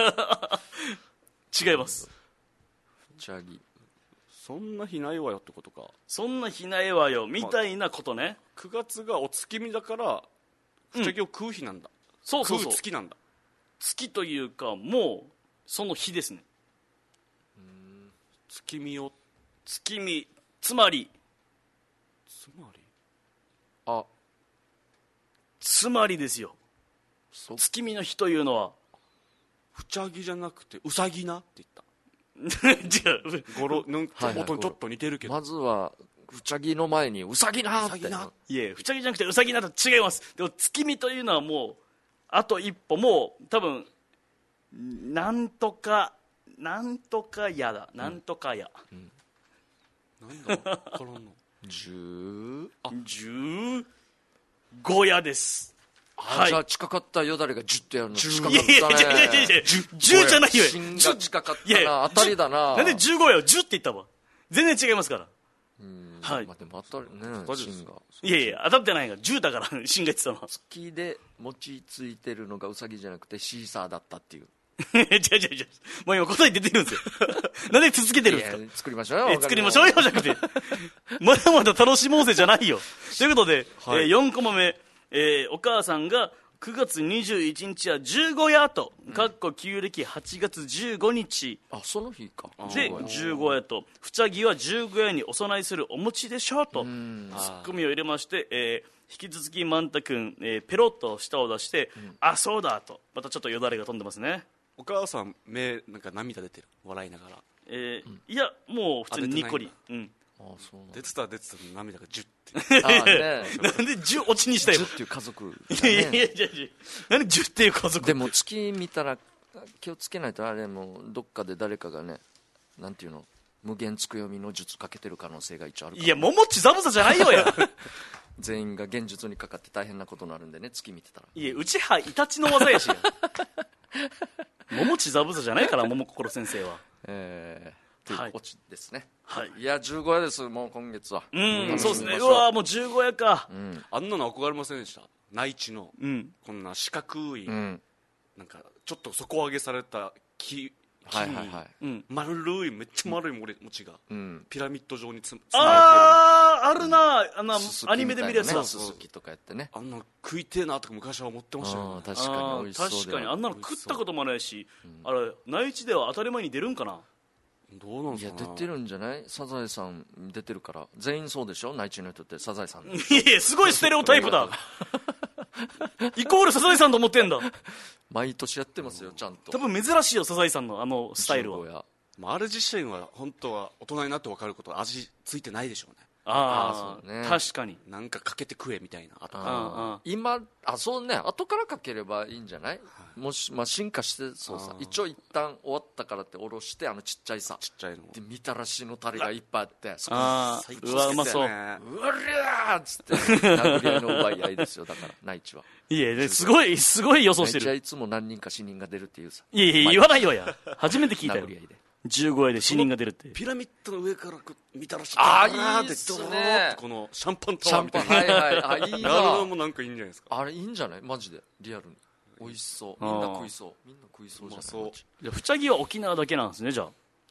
違います。 ふちゃぎそんな日ないわよってことか。 そんな日ないわよみたいなことね、 9月がお月見だからふちゃぎを食う日なんだ、 そうそうそう食う月なんだ。 月というかもうその日ですね。 月見を月見つまりですよ。月見の日というのはふちゃぎじゃなくてうさぎなって言った違う語呂なんか音にちょっと似てるけど、 まずはふちゃぎの前にうさぎなっていえふちゃぎじゃなくてうさぎなと違います。でも月見というのはもうあと一歩もう多分なんとかやだなんとかや、 なんだ分からんの 15夜です。 じゃあ近かったよだれがジュッとやるの近かっいやいやたね。 10じゃないよ。 芯が近かったな。当たりだな。 なんで15やを10って言ったわ。全然違いますから。はい。 まあ、でも当たりね、芯が。 いやいや当たってないから10だから芯が言ってたのは。 月で餅ついてるのがウサギじゃなくてシーサーだったっていう。 違うもう今答え出てるんですよ。なんで続けてるんですか。 作りましょうよ。 作りましょうよじゃなくてまだまだ楽しもうぜじゃないよ。ということで、4コマ目、お母さんが9月21日は15夜と、かっこ旧暦8月15日その日かで15夜と、ふちゃぎは15夜にお供えするお餅でしょうとツッコミを入れまして、引き続きマンタ君、ペロッと舌を出して、あそうだとまたちょっとよだれが飛んでますね。 お母さん目なんか涙出てる笑いながら、 いやもう普通ににっこりそうなん出てた涙がジュッてなんで10落ちにしたよ。 ジュっていう家族いやなんで10っていう家族でも月見たら気をつけないとあれもどっかで誰かがねなんていうの無限つくよみの術かけてる可能性が一応あるから、 いやももちザブザじゃないよや全員が現実にかかって大変なことになるんでね月見てたらいやうちはイタチの技やしやももちザブザじゃないから桃心先生はというオチですね。 はいいや15夜ですもう今月はそうですね。うわもう15夜か、 あんなの憧れませんでした？内地の、こんな四角い、なんかちょっと底上げされた木に、丸いめっちゃ丸い餅が、ピラミッド状に包まれてる。 あるなアニメで見るやつだ。 ススキとかやってねあんな食いてえなとか昔は思ってましたよ、ね、 確かに美味しそうで確かにあんなの食ったこともないし、あれ内地では当たり前に出るんかな。 どうなんですかね。 いや出てるんじゃない。サザエさん出てるから全員そうでしょ内地の人ってサザエさんいやすごいステレオタイプだイコールサザエさんと思ってんだ。 毎年やってますよちゃんと。 多分珍しいよサザエさんのあのスタイルは。 あれ自身は本当は大人になって分かることは味ついてないでしょうね。 そうね、確かになんかかけて食えみたいな。 今そうね後からかければいいんじゃない、もし、進化してそうさ一応一旦終わったからっておろしてちっちゃいのでみたらしのタレがいっぱいあってうわうまそううりゃーっつって殴り合いの奪い合いですよだから内地はいやすごい予想してる。 内地はいつも何人か死人が出るっていうさ。 いや言わないよや初めて聞いたよ。15夜で死人が出るってピラミッドの上から見たらしいいいっすね。 このシャンパンタワーみたいな。 いいな。 あれもなんかいいんじゃないですか。 あれいいんじゃないマジでリアルに美味しそう。みんな食いそうじゃない。 ふちゃぎは沖縄だけなんですね。じゃあ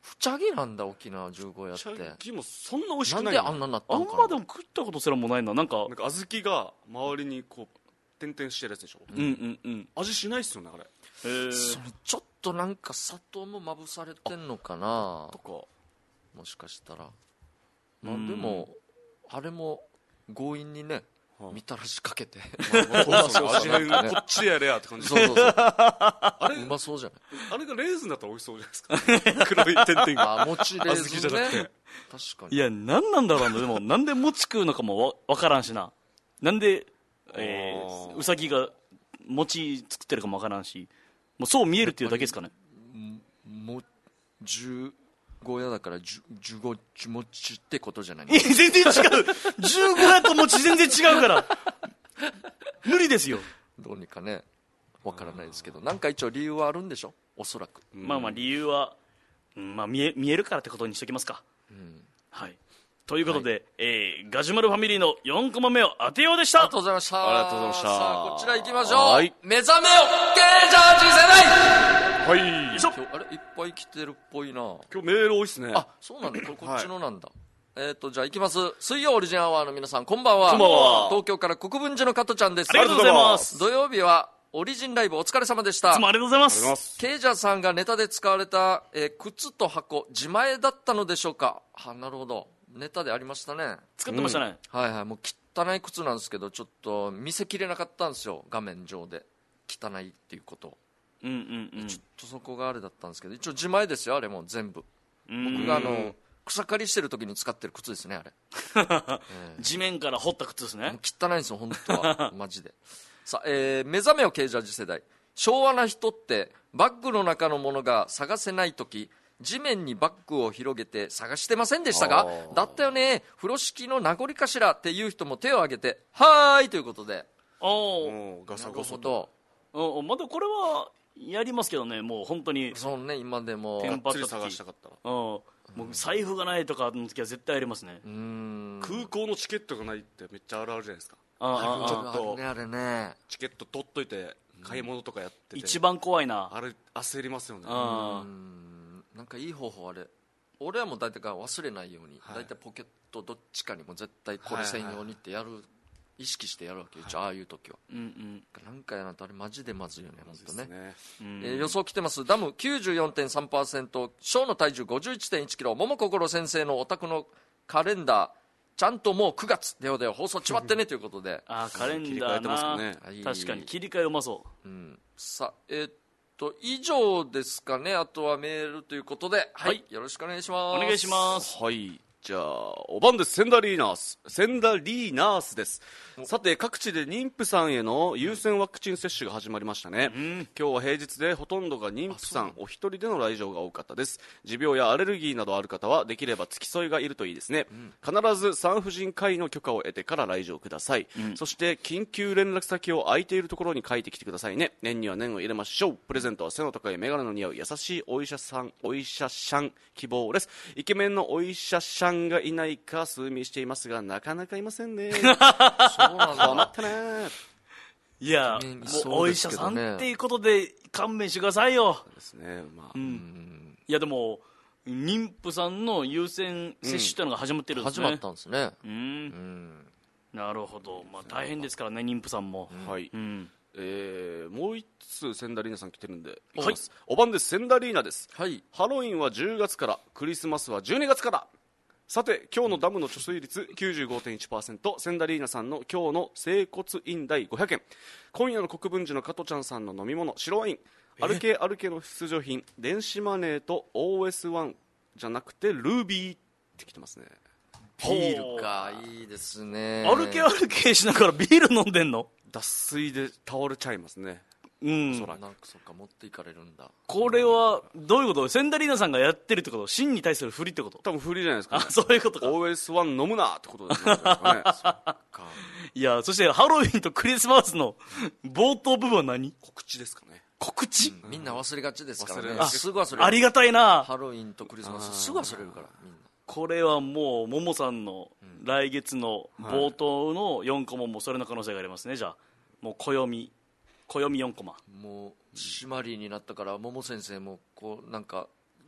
ふちゃぎなんだ沖縄十五夜っチャて。 ギもそんな美味しなんくないの。 であんなになったあんんかな。 までも食ったことすらもないな。なんかなんか小豆が周りにこう点々してるやつでしょ、 うんうんうん。 味しないっすよねあれそれちょっとなんか砂糖もまぶされてんのかなとか。 もしかしたら。まあでもあれも強引にね、みたらしかけて味変こっちでやれやって感じ。 そうそうそうあれうまそうじゃない。 あれがレーズンだったら美味しそうじゃないですか。黒い点々が。 あ、餅レーズンね。 小豆じゃなくて確かに。 いや、なんなんだろうな。でも、なんで餅食うのかもわからんしな。なんで、うさぎが餅作ってるかもわからんし、もうそう見えるっていうだけですかね。 も15夜だから15餅ってことじゃないの。 全然違う。15やと餅全然違うから。無理ですよ。 どうにかね、わからないですけど、なんか一応理由はあるんでしょ、おそらく。 まあまあ理由は、まあ見えるからってことにしときますか。はい。ということで、ガジュマルファミリーの4コマ目を当てようでした。 ありがとうございました。 ありがとうございました。 さあ、こちら行きましょう。 はい目覚めよ、ケージャージ世代。 はい。 よいしょ。 今日あれいっぱい来てるっぽいな。 今日メール多いっすね。 あ、そうなんだ。こっちのなんだ。じゃあ行きます。水曜オリジンアワーの皆さん、こんばんは。 こんばんは東京から国分寺の加トちゃんです。 ありがとうございます。 土曜日はオリジンライブお疲れ様でした。 いつもありがとうございまありがとうございす。 ます。 ケイジャーさんがネタで使われた、靴と箱、自前だったのでしょうか。なるほど。ネタでありましたね。 作ってましたね。 はいはい。もう汚い靴なんですけど、ちょっと見せきれなかったんですよ。画面上で。汚いっていうことを。 うんうんうん。 ちょっとそこがあれだったんですけど、一応自前ですよ、あれも全部。 うん僕が草刈りしてる時に使ってる靴ですね、あれ。 地面から掘った靴ですね。 もう汚いんですよ、本当は。マジで。さあ、目覚めよケージャージ世代。昭和な人ってバッグの中のものが探せない時、地面にバッグを広げて探してませんでしたか？だったよね、風呂敷の名残かしらっていう人も手を挙げて、はーいということで。 ガサなるゴソと。 ほど。 まだこれはやりますけどね、もう本当にそうね、今でも。 テンパった時探したかったら。 もう財布がないとかの時は絶対やりますね。 空港のチケットがないってめっちゃあるあるじゃないですか。 ちょちょっとあれね。 チケット取っといて買い物とかやってて、 一番怖いな。 あれ焦りますよね。 なんかいい方法あれ。俺はもう大体忘れないように、 はい大体ポケットどっちかにも絶対これ専用にってやる、意識してやるわけよ、ああいう時は。なんかやなとあれマジでまずいよね、本当ね。予想来てます。ダム 94.3%、小の体重 51.1 キロ、桃心先生のお宅のカレンダー、ちゃんともう9月では放送ちまってねということで。 カレンダーな。 切り替えてますかね。 確かに切り替えうまそう。 さあ、以上ですかね。あとはメールということで、はい、よろしくお願いします。 お願いします。 はい。じゃあお晩です。センダリーナースです。さて各地で妊婦さんへの優先ワクチン接種が始まりましたね。今日は平日でほとんどが妊婦さんお一人での来場が多かったです。持病やアレルギーなどある方はできれば付き添いがいるといいですね。必ず産婦人科医の許可を得てから来場ください。そして緊急連絡先を空いているところに書いてきてくださいね。念には念を入れましょう。プレゼントは背の高い眼鏡の似合う優しいお医者さん希望です。イケメンのお医者さんがいないか数見していますがなかなかいませんね。 そうなんだ。 困ったね。 いや、 ねもうお医者さんっていうことで勘弁してくださいよ。 ですね。まあ、 いやでも妊婦さんの優先接種というのが始まってるんですね。 始まったんですね。 なるほど。まあ大変ですからね、妊婦さんも。 はい。もう一通センダリーナさん来てるんで、 はい、 お晩です。センダリーナです。 はい。 ハロウィンは10月から、クリスマスは12月から。さて今日のダムの貯水率 95.1%、 センダリーナさんの今日の整骨院代500円、今夜の国分寺の加トちゃんさんの飲み物白ワイン、アルケの必需品、電子マネーと OS1 じゃなくてルービーって来てますね。 ビールか、いいですね。 アルケしながらビール飲んでんの？ 脱水で倒れちゃいますね。 なんかそっか、持っていかれるんだ。 これはどういうこと？センダリーナさんがやってるってこと？真に対する振りってこと？ 多分振りじゃないですか、ね、 そういうことか。 OS1 飲むなってことですね。 いや、そしてハロウィンとクリスマスの冒頭部分は何？ 告知ですかね。 告知、 みんな忘れがちですからね。 あ、 すぐ忘れる。 ありがたいな。 ハロウィンとクリスマスすぐ忘れるからみんな。 これはもうももさんの来月の冒頭の4コマもそれの可能性がありますね。じゃあもう暦4コマ、 もう締まりになったから、桃先生もこうなんか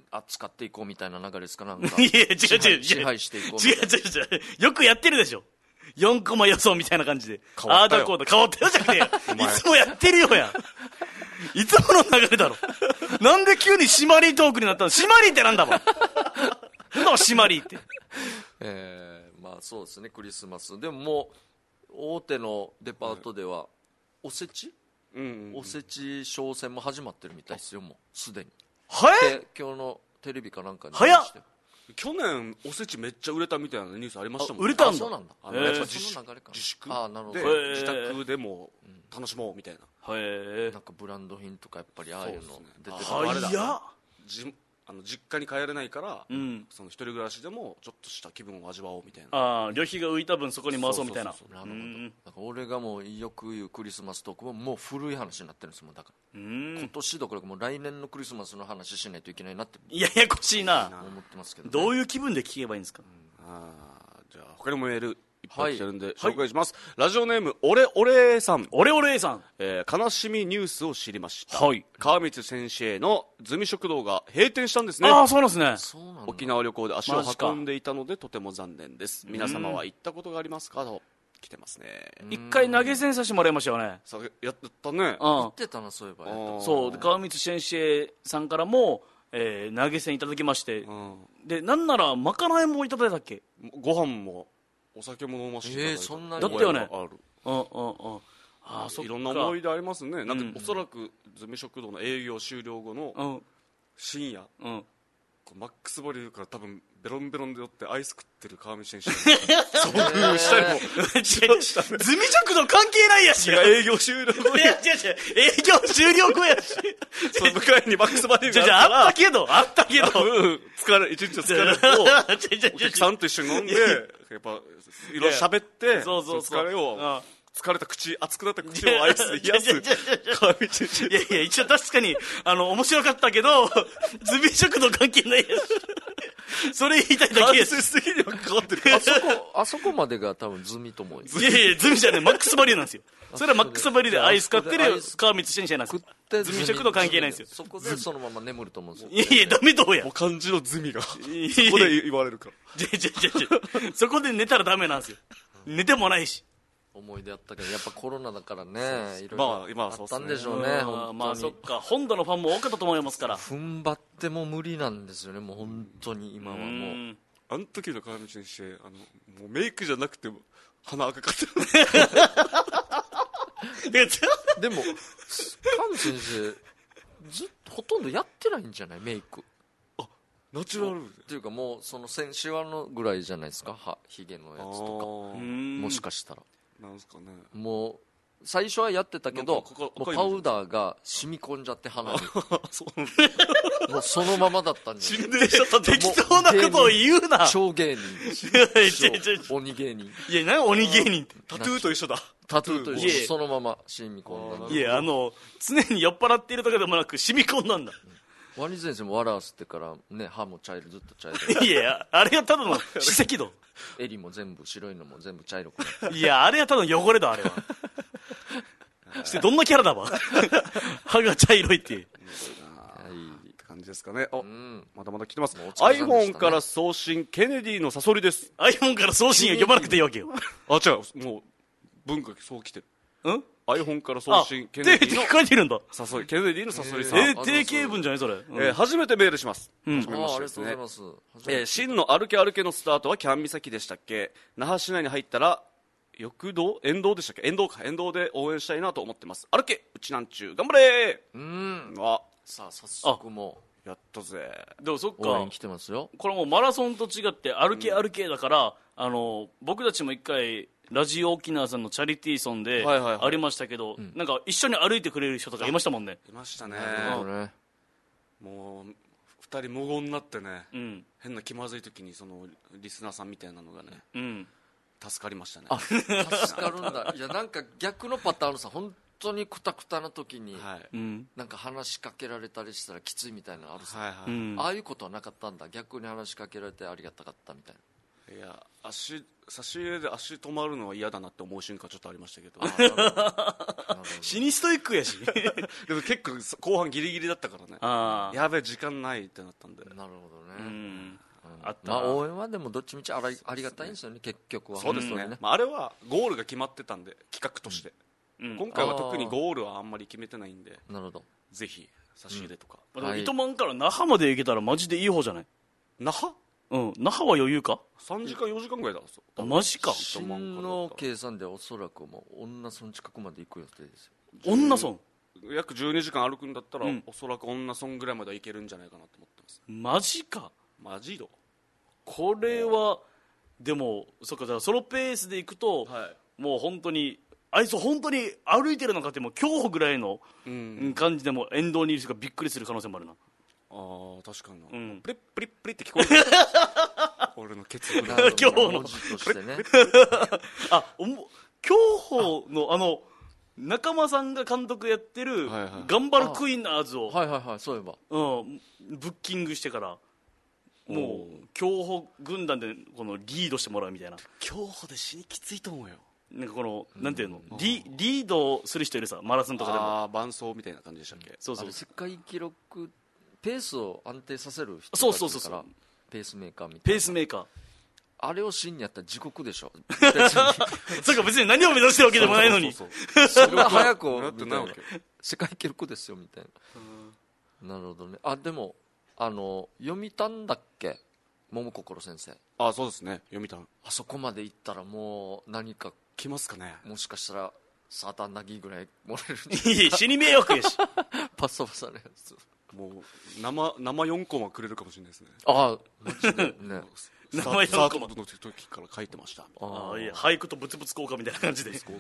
扱っていこうみたいな流れですか、なんかいや違う支配していこうみたいな。 違うよくやってるでしょ、4コマ予想みたいな感じで、 変わったよあーだこうだ変わったよじゃなくていつもやってるよやいつもの流れだろなんで急にシマリートークになったの、シマリーってなんだもんなんだシマリーって。 まあそうですね、クリスマスでももう大手のデパートではおせち、おせち商戦も始まってるみたいですよ、もうすでに。 はいで今日のテレビかなんかに早っして去年おせちめっちゃ売れたみたいなニュースありましたもんね。 売れたんだ。 そうなんだ。 やっぱその流れかな。 自粛あ、なるほど。 でへー自宅でも楽しもうみたいな。 へなんかブランド品とかやっぱりああいうの出てる。 早っ。 実家に帰れないから、 んその一人暮らしでもちょっとした気分を味わおうみたいな。 旅費が浮いた分そこに回そうみたいな。 そうなるほど。なんか俺がもうよく言うクリスマストークももう古い話になってるんですもん。だから今年どころかもう来年のクリスマスの話しないといけないなってややこしいな。 思ってますけど、ね、 どういう気分で聞けばいいんですか。 じゃあ他にもメールいっぱい来てるんで、 はい紹介します、ラジオネームオレオレさん。 オレオレ A さん、 悲しみニュースを知りました、 はい川光先生のズミ食堂が閉店したんですね。 ああそうなんですね。 そうなんだ。 沖縄旅行で足をマジか運んでいたのでとても残念です。皆様は行ったことがありますかと来てますね。 一回投げ銭させてもらいましたよね。 さやったね。 うん言ってたな、そういえば。 そうで川光先生さんからも、投げ銭いただきまして、でなんならまかないもいただいたっけ。 ご飯もお酒も飲ませていただいた、 そんなにだったよね。 ある。 ああそっか。 いろんな思い出ありますね。なんかおそらくズミ食堂の営業終了後の深夜、こうマックスボリューから多分ベロンベロンで寄ってアイス食ってる川見先生遭遇したりもズミ食堂関係ないやし。 営業終了後にいや違う営業終了後やし。 その向かいにマックスボリューじゃがあったらあったけど一日の疲れをお客さんと一緒に飲んでやっぱいろいろ喋ってそう疲れを疲れた口熱くなった口をアイスで冷やす川見先生。 いや一応確かに面白かったけどズミ食堂関係ないやし。それ言いたいだけやし。 間接的には関わってる。 あそこまでが多分ズミと思うよ。 いやズミじゃないマックスバリューなんですよ。それはマックスバリューでアイス買ってる川光先生なんですよ。ズミ食堂関係ないんですよ。 そこでそのまま眠ると思うんですよ。 いやダメどうや。 もう漢字のズミがそこいで言われるから。 そこで寝たらダメなんですよ。寝てもないし。 思い出あったけどやっぱコロナだからね、いろいろ今はあっそうっすねたんでしょうね。 まあそっか本土のファンも多かったと思いますから。 踏ん張っても無理なんですよね、もう本当に今はもう。 あの時の川口先生もうメイクじゃなくても鼻赤かったでも川口先生ずっとほとんどやってないんじゃない、メイクナチュラルっていうかもうそのシワのぐらいじゃないですか、ひげのやつとかもしかしたらなんすかね。 もう最初はやってたけどなんかもうパウダーが染み込んじゃって鼻にそうもうそのままだったんで沈殿しちゃったんだ。 適当なことを言うな。 超芸人鬼芸人いや何鬼芸人って。 タトゥーと一緒だ。 タトゥーと一いえ緒そのまま染み込んだ。 いや常に酔っ払っているとかでもなく染み込んだんだ。 ワニ先生も笑わせてからね、歯も茶色ずっと茶色いやあれはただの歯石度。 襟も全部白いのも全部茶色くなっていやあれはただの汚れだあれは。してどんなキャラだわ。歯が茶色いっていう。 って感じですかね。まだまだ来てます。 もうお疲れ様でしたね iPhone から送信ケネディのサソリです。 iPhone から送信を読まなくていいわけよ。 違う、もう文化そう来てる。 うん iPhone から送信ケネディの書いてるんだ。 サソリ、ケネディのサソリさん。 定型文じゃないそれ。 初めてメールします。 あありがとうございます。 真の歩け歩けのスタートはキャン岬でしたっけ。那覇市内に入ったら沿道でしたっけ。沿道で応援したいなと思ってます。歩けうちなんちゅう頑張れさあ早速もやったぜ。 でもそっか応援来てますよ。 これもうマラソンと違って歩け歩けだから僕たちも一回ラジオ沖縄さんのチャリティーソンではいはいはいありましたけど、なんか一緒に歩いてくれる人とかいましたもんね。 いましたね。 ねもう2人無言になってね、 うん変な気まずい時にそのリスナーさんみたいなのがねうん助かりましたね。 助かるんだ。いやなんか逆のパターンさ、本当にクタクタな時にはいうんなんか話しかけられたりしたらきついみたいなのあるさ、 はいはい、 うんああいうことはなかったんだ。逆に話しかけられてありがたかったみたいな。 いや差し入れで足止まるのは嫌だなって思う瞬間ちょっとありましたけど死にストイックやしでも結構後半ギリギリだったからねやべえ時間ないってなったんで。 なるほどね。 あったな。 応援はでもどっちみちありがたいんですよね、結局は。 そうですね、あれはゴールが決まってたんで企画として、今回は特にゴールはあんまり決めてないんで、 なるほど、 ぜひ差し入れとか、 でも糸満から那覇まで行けたらマジでいい方じゃない？ 那覇那覇は余裕か ？3時間4時間ぐらいだあ、マジか。 新の計算でおそらくもう恩納村近くまで行く予定ですよ。 恩納村約12時間歩くんだったら、おそらく恩納村ぐらいまでは行けるんじゃないかなと思ってます。 マジか。 マジどこれはでもそっか、だからソロペースで行くと、もう本当にあいつ本当に歩いてるのかってもう競歩ぐらいの感じでも沿道にいる人がびっくりする可能性もあるな。 確かにな、プリップリップリって聞こえる俺のケツ今日の文字としてね競歩の仲間さんが監督やってる頑張るクイーンナーズをそういえばブッキングしてからもう競歩軍団でこのリードしてもらうみたいな。 競歩で死にきついと思うよ。 なんかこのなんていうの、リードする人いるさ、マラソンとかでも伴走みたいな感じでしたっけ？ そう世界記録ペースを安定させる人そうたちだからペースメーカーみたいな。 ペースメーカーあれを真にやったら地獄でしょそうか、別に何を目指してるわけでもないのにそんな早くみたいな世界記録ですよみたいな。なるほどね。でも読みたんだっけ、桃心先生。 そうですね、読みたん。 あそこまで行ったらもう何か来ますかね。 もしかしたらサーターナギぐらい漏れるんじゃないいや死に迷惑やしパッサパサのやつもう生4コマくれるかもしれないですね。 マジでね生4コマの時から書いてました。 いや俳句とブツブツ交換みたいな感じでなる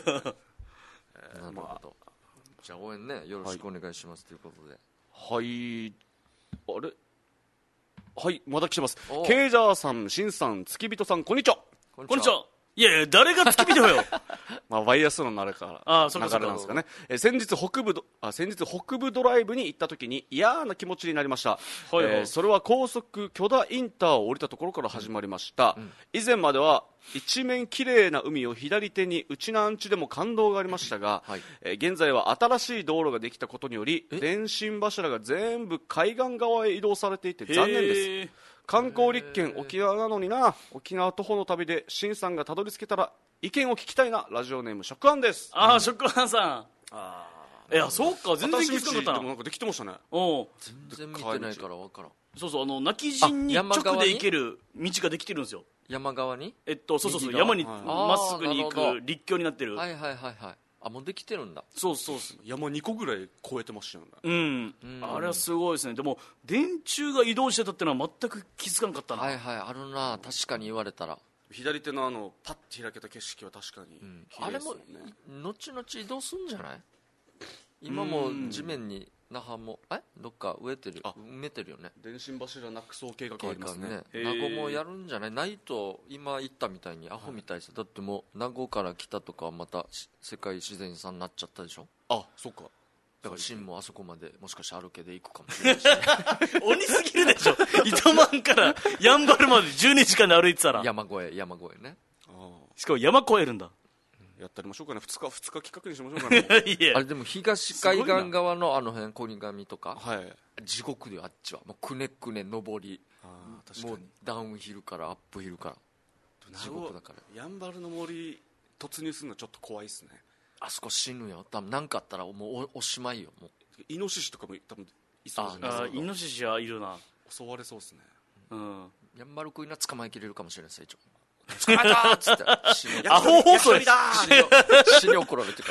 ほど。じゃあ応援ねよろしくお願いしますということで。 あれまだ来てます。ケイジャーさん、シンさん、付き人さん、こんにちは。 こんにちは。いやいや誰が付き人よバイアスロンのあれから流れなんですかね。先日北部ドライブに行った時に嫌な気持ちになりました。それは高速許田インターを降りたところから始まりました。以前までは一面綺麗な海を左手にうちなんちでも感動がありましたが、現在は新しい道路ができたことにより電信柱が全部海岸側へ移動されていて残念です。観光立県沖縄なのにな。沖縄徒歩の旅でシンさんがたどり着けたら意見を聞きたいな。ラジオネーム食案です。 食案さん。いやそうか、全然気づかなかったな。 でもなんかできてましたね。 全然見てないから分からん。 そう泣き陣に直で行ける道ができてるんですよ。 山側にそう山にまっすぐに行く陸橋になってる。もうできてるんだ。 そう山2個ぐらい越えてましたよね。 あれはすごいですね。でも電柱が移動してたってのは全く気づかなかったな。 あるな、確かに言われたら。 左手のパッて開けた景色は確かにあれも後々移動するんじゃない？今も地面に那覇もどっか植えてる、埋めてるよね。 電信柱なくそう計画ありますね。 名護もやるんじゃない？ないと今言ったみたいにアホみたいです。だってもう名護から来たとかまた世界自然遺産になっちゃったでしょ。 そっか。 だから新もあそこまでもしかして歩けで行くかもしれないし、 鬼すぎるでしょ糸満からやんばるまで12時間で歩いてたら。 山越えね。 しかも山越えるんだ。 やったりましょうかね。2日企画にしましょうかねあれでも東海岸側の辺小仁上とか、地獄であっちはもうくねくね上り、もうダウンヒルからアップヒルから地獄だから。 やんばるの森突入するのはちょっと怖いっすね。 あそこ死ぬよ。多分何かあったらもうおしまいよ。もうイノシシとかも多分いそうじゃないですか。 イノシシはいるな。 襲われそうですね。 やんばるクイナ捕まえきれるかもしれないですよ。捕まえたっつってアホ放送死に怒られてる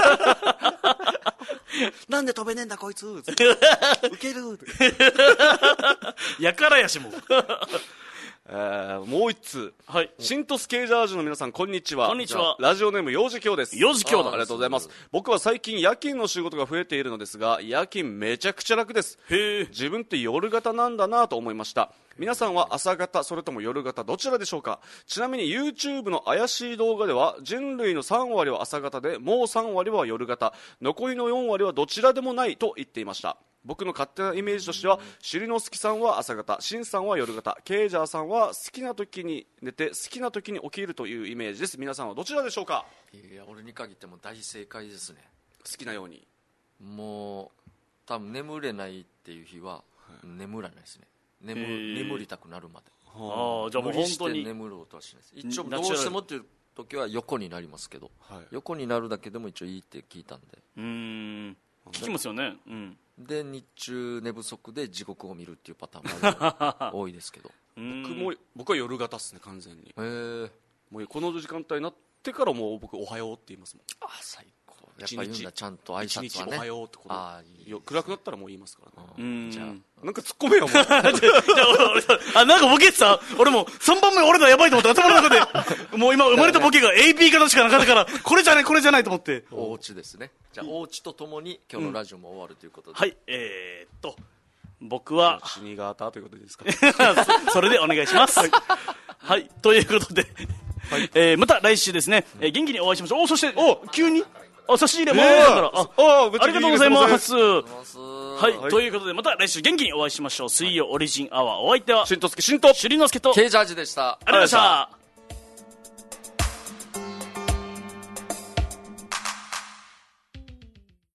なんで飛べねえんだこいつウケるやからやしももう一通、シントスケージャージュの皆さんこんにちは。 こんにちは。 ラジオネーム幼児教です。 幼児教だ。 ありがとうございます。僕は最近夜勤の仕事が増えているのですが、夜勤めちゃくちゃ楽です。自分って夜型なんだなと思いました。皆さんは朝型それとも夜型どちらでしょうか。ちなみに YouTube の怪しい動画では人類の3割は朝型でもう3割は夜型、残りの4割はどちらでもないと言っていました。 僕の勝手なイメージとしては、しりのすきさんは朝方、しんさんは夜方、ケイジャーさんは好きな時に寝て好きな時に起きるというイメージです。皆さんはどちらでしょうか。 いや俺に限っても大正解ですね。 好きなように。 もう多分眠れないっていう日は眠らないですね。眠りたくなるまで。 ああ、じゃあもう本当に無理して眠ろうとはしないです。一応どうしてもっていう時は横になりますけど、横になるだけでも一応いいって聞いたんで。 聞きますよね。 で日中寝不足で地獄を見るっていうパターンも多いですけど僕は夜型っすね、完全に。もうこの時間帯になってからもう僕おはようって言いますもん。 あ、最高。やっぱ言うんだ、ちゃんと挨拶はね。 一日おはようってこといい暗くなったらもう言いますからね。 じゃあなんか突っ込めよもうなんかボケてた。俺も3番目俺らやばいと思って頭の中でもう今生まれたボケが AB 型しかなかったからこれじゃないと思って。 おうちですね。じゃあおうちとともに今日のラジオも終わるということで、 はい、僕は死に型ということでいいですかそれでお願いしますはい、ということで、また来週ですね、元気にお会いしましょう。そして急に差し入れもらったから、ありがとうございます。はい、ということでまた来週元気にお会いしましょう。水曜オリジンアワー、お相手はしんとすけしんとしりのすけとケイジャージでした。 ありがとうございました。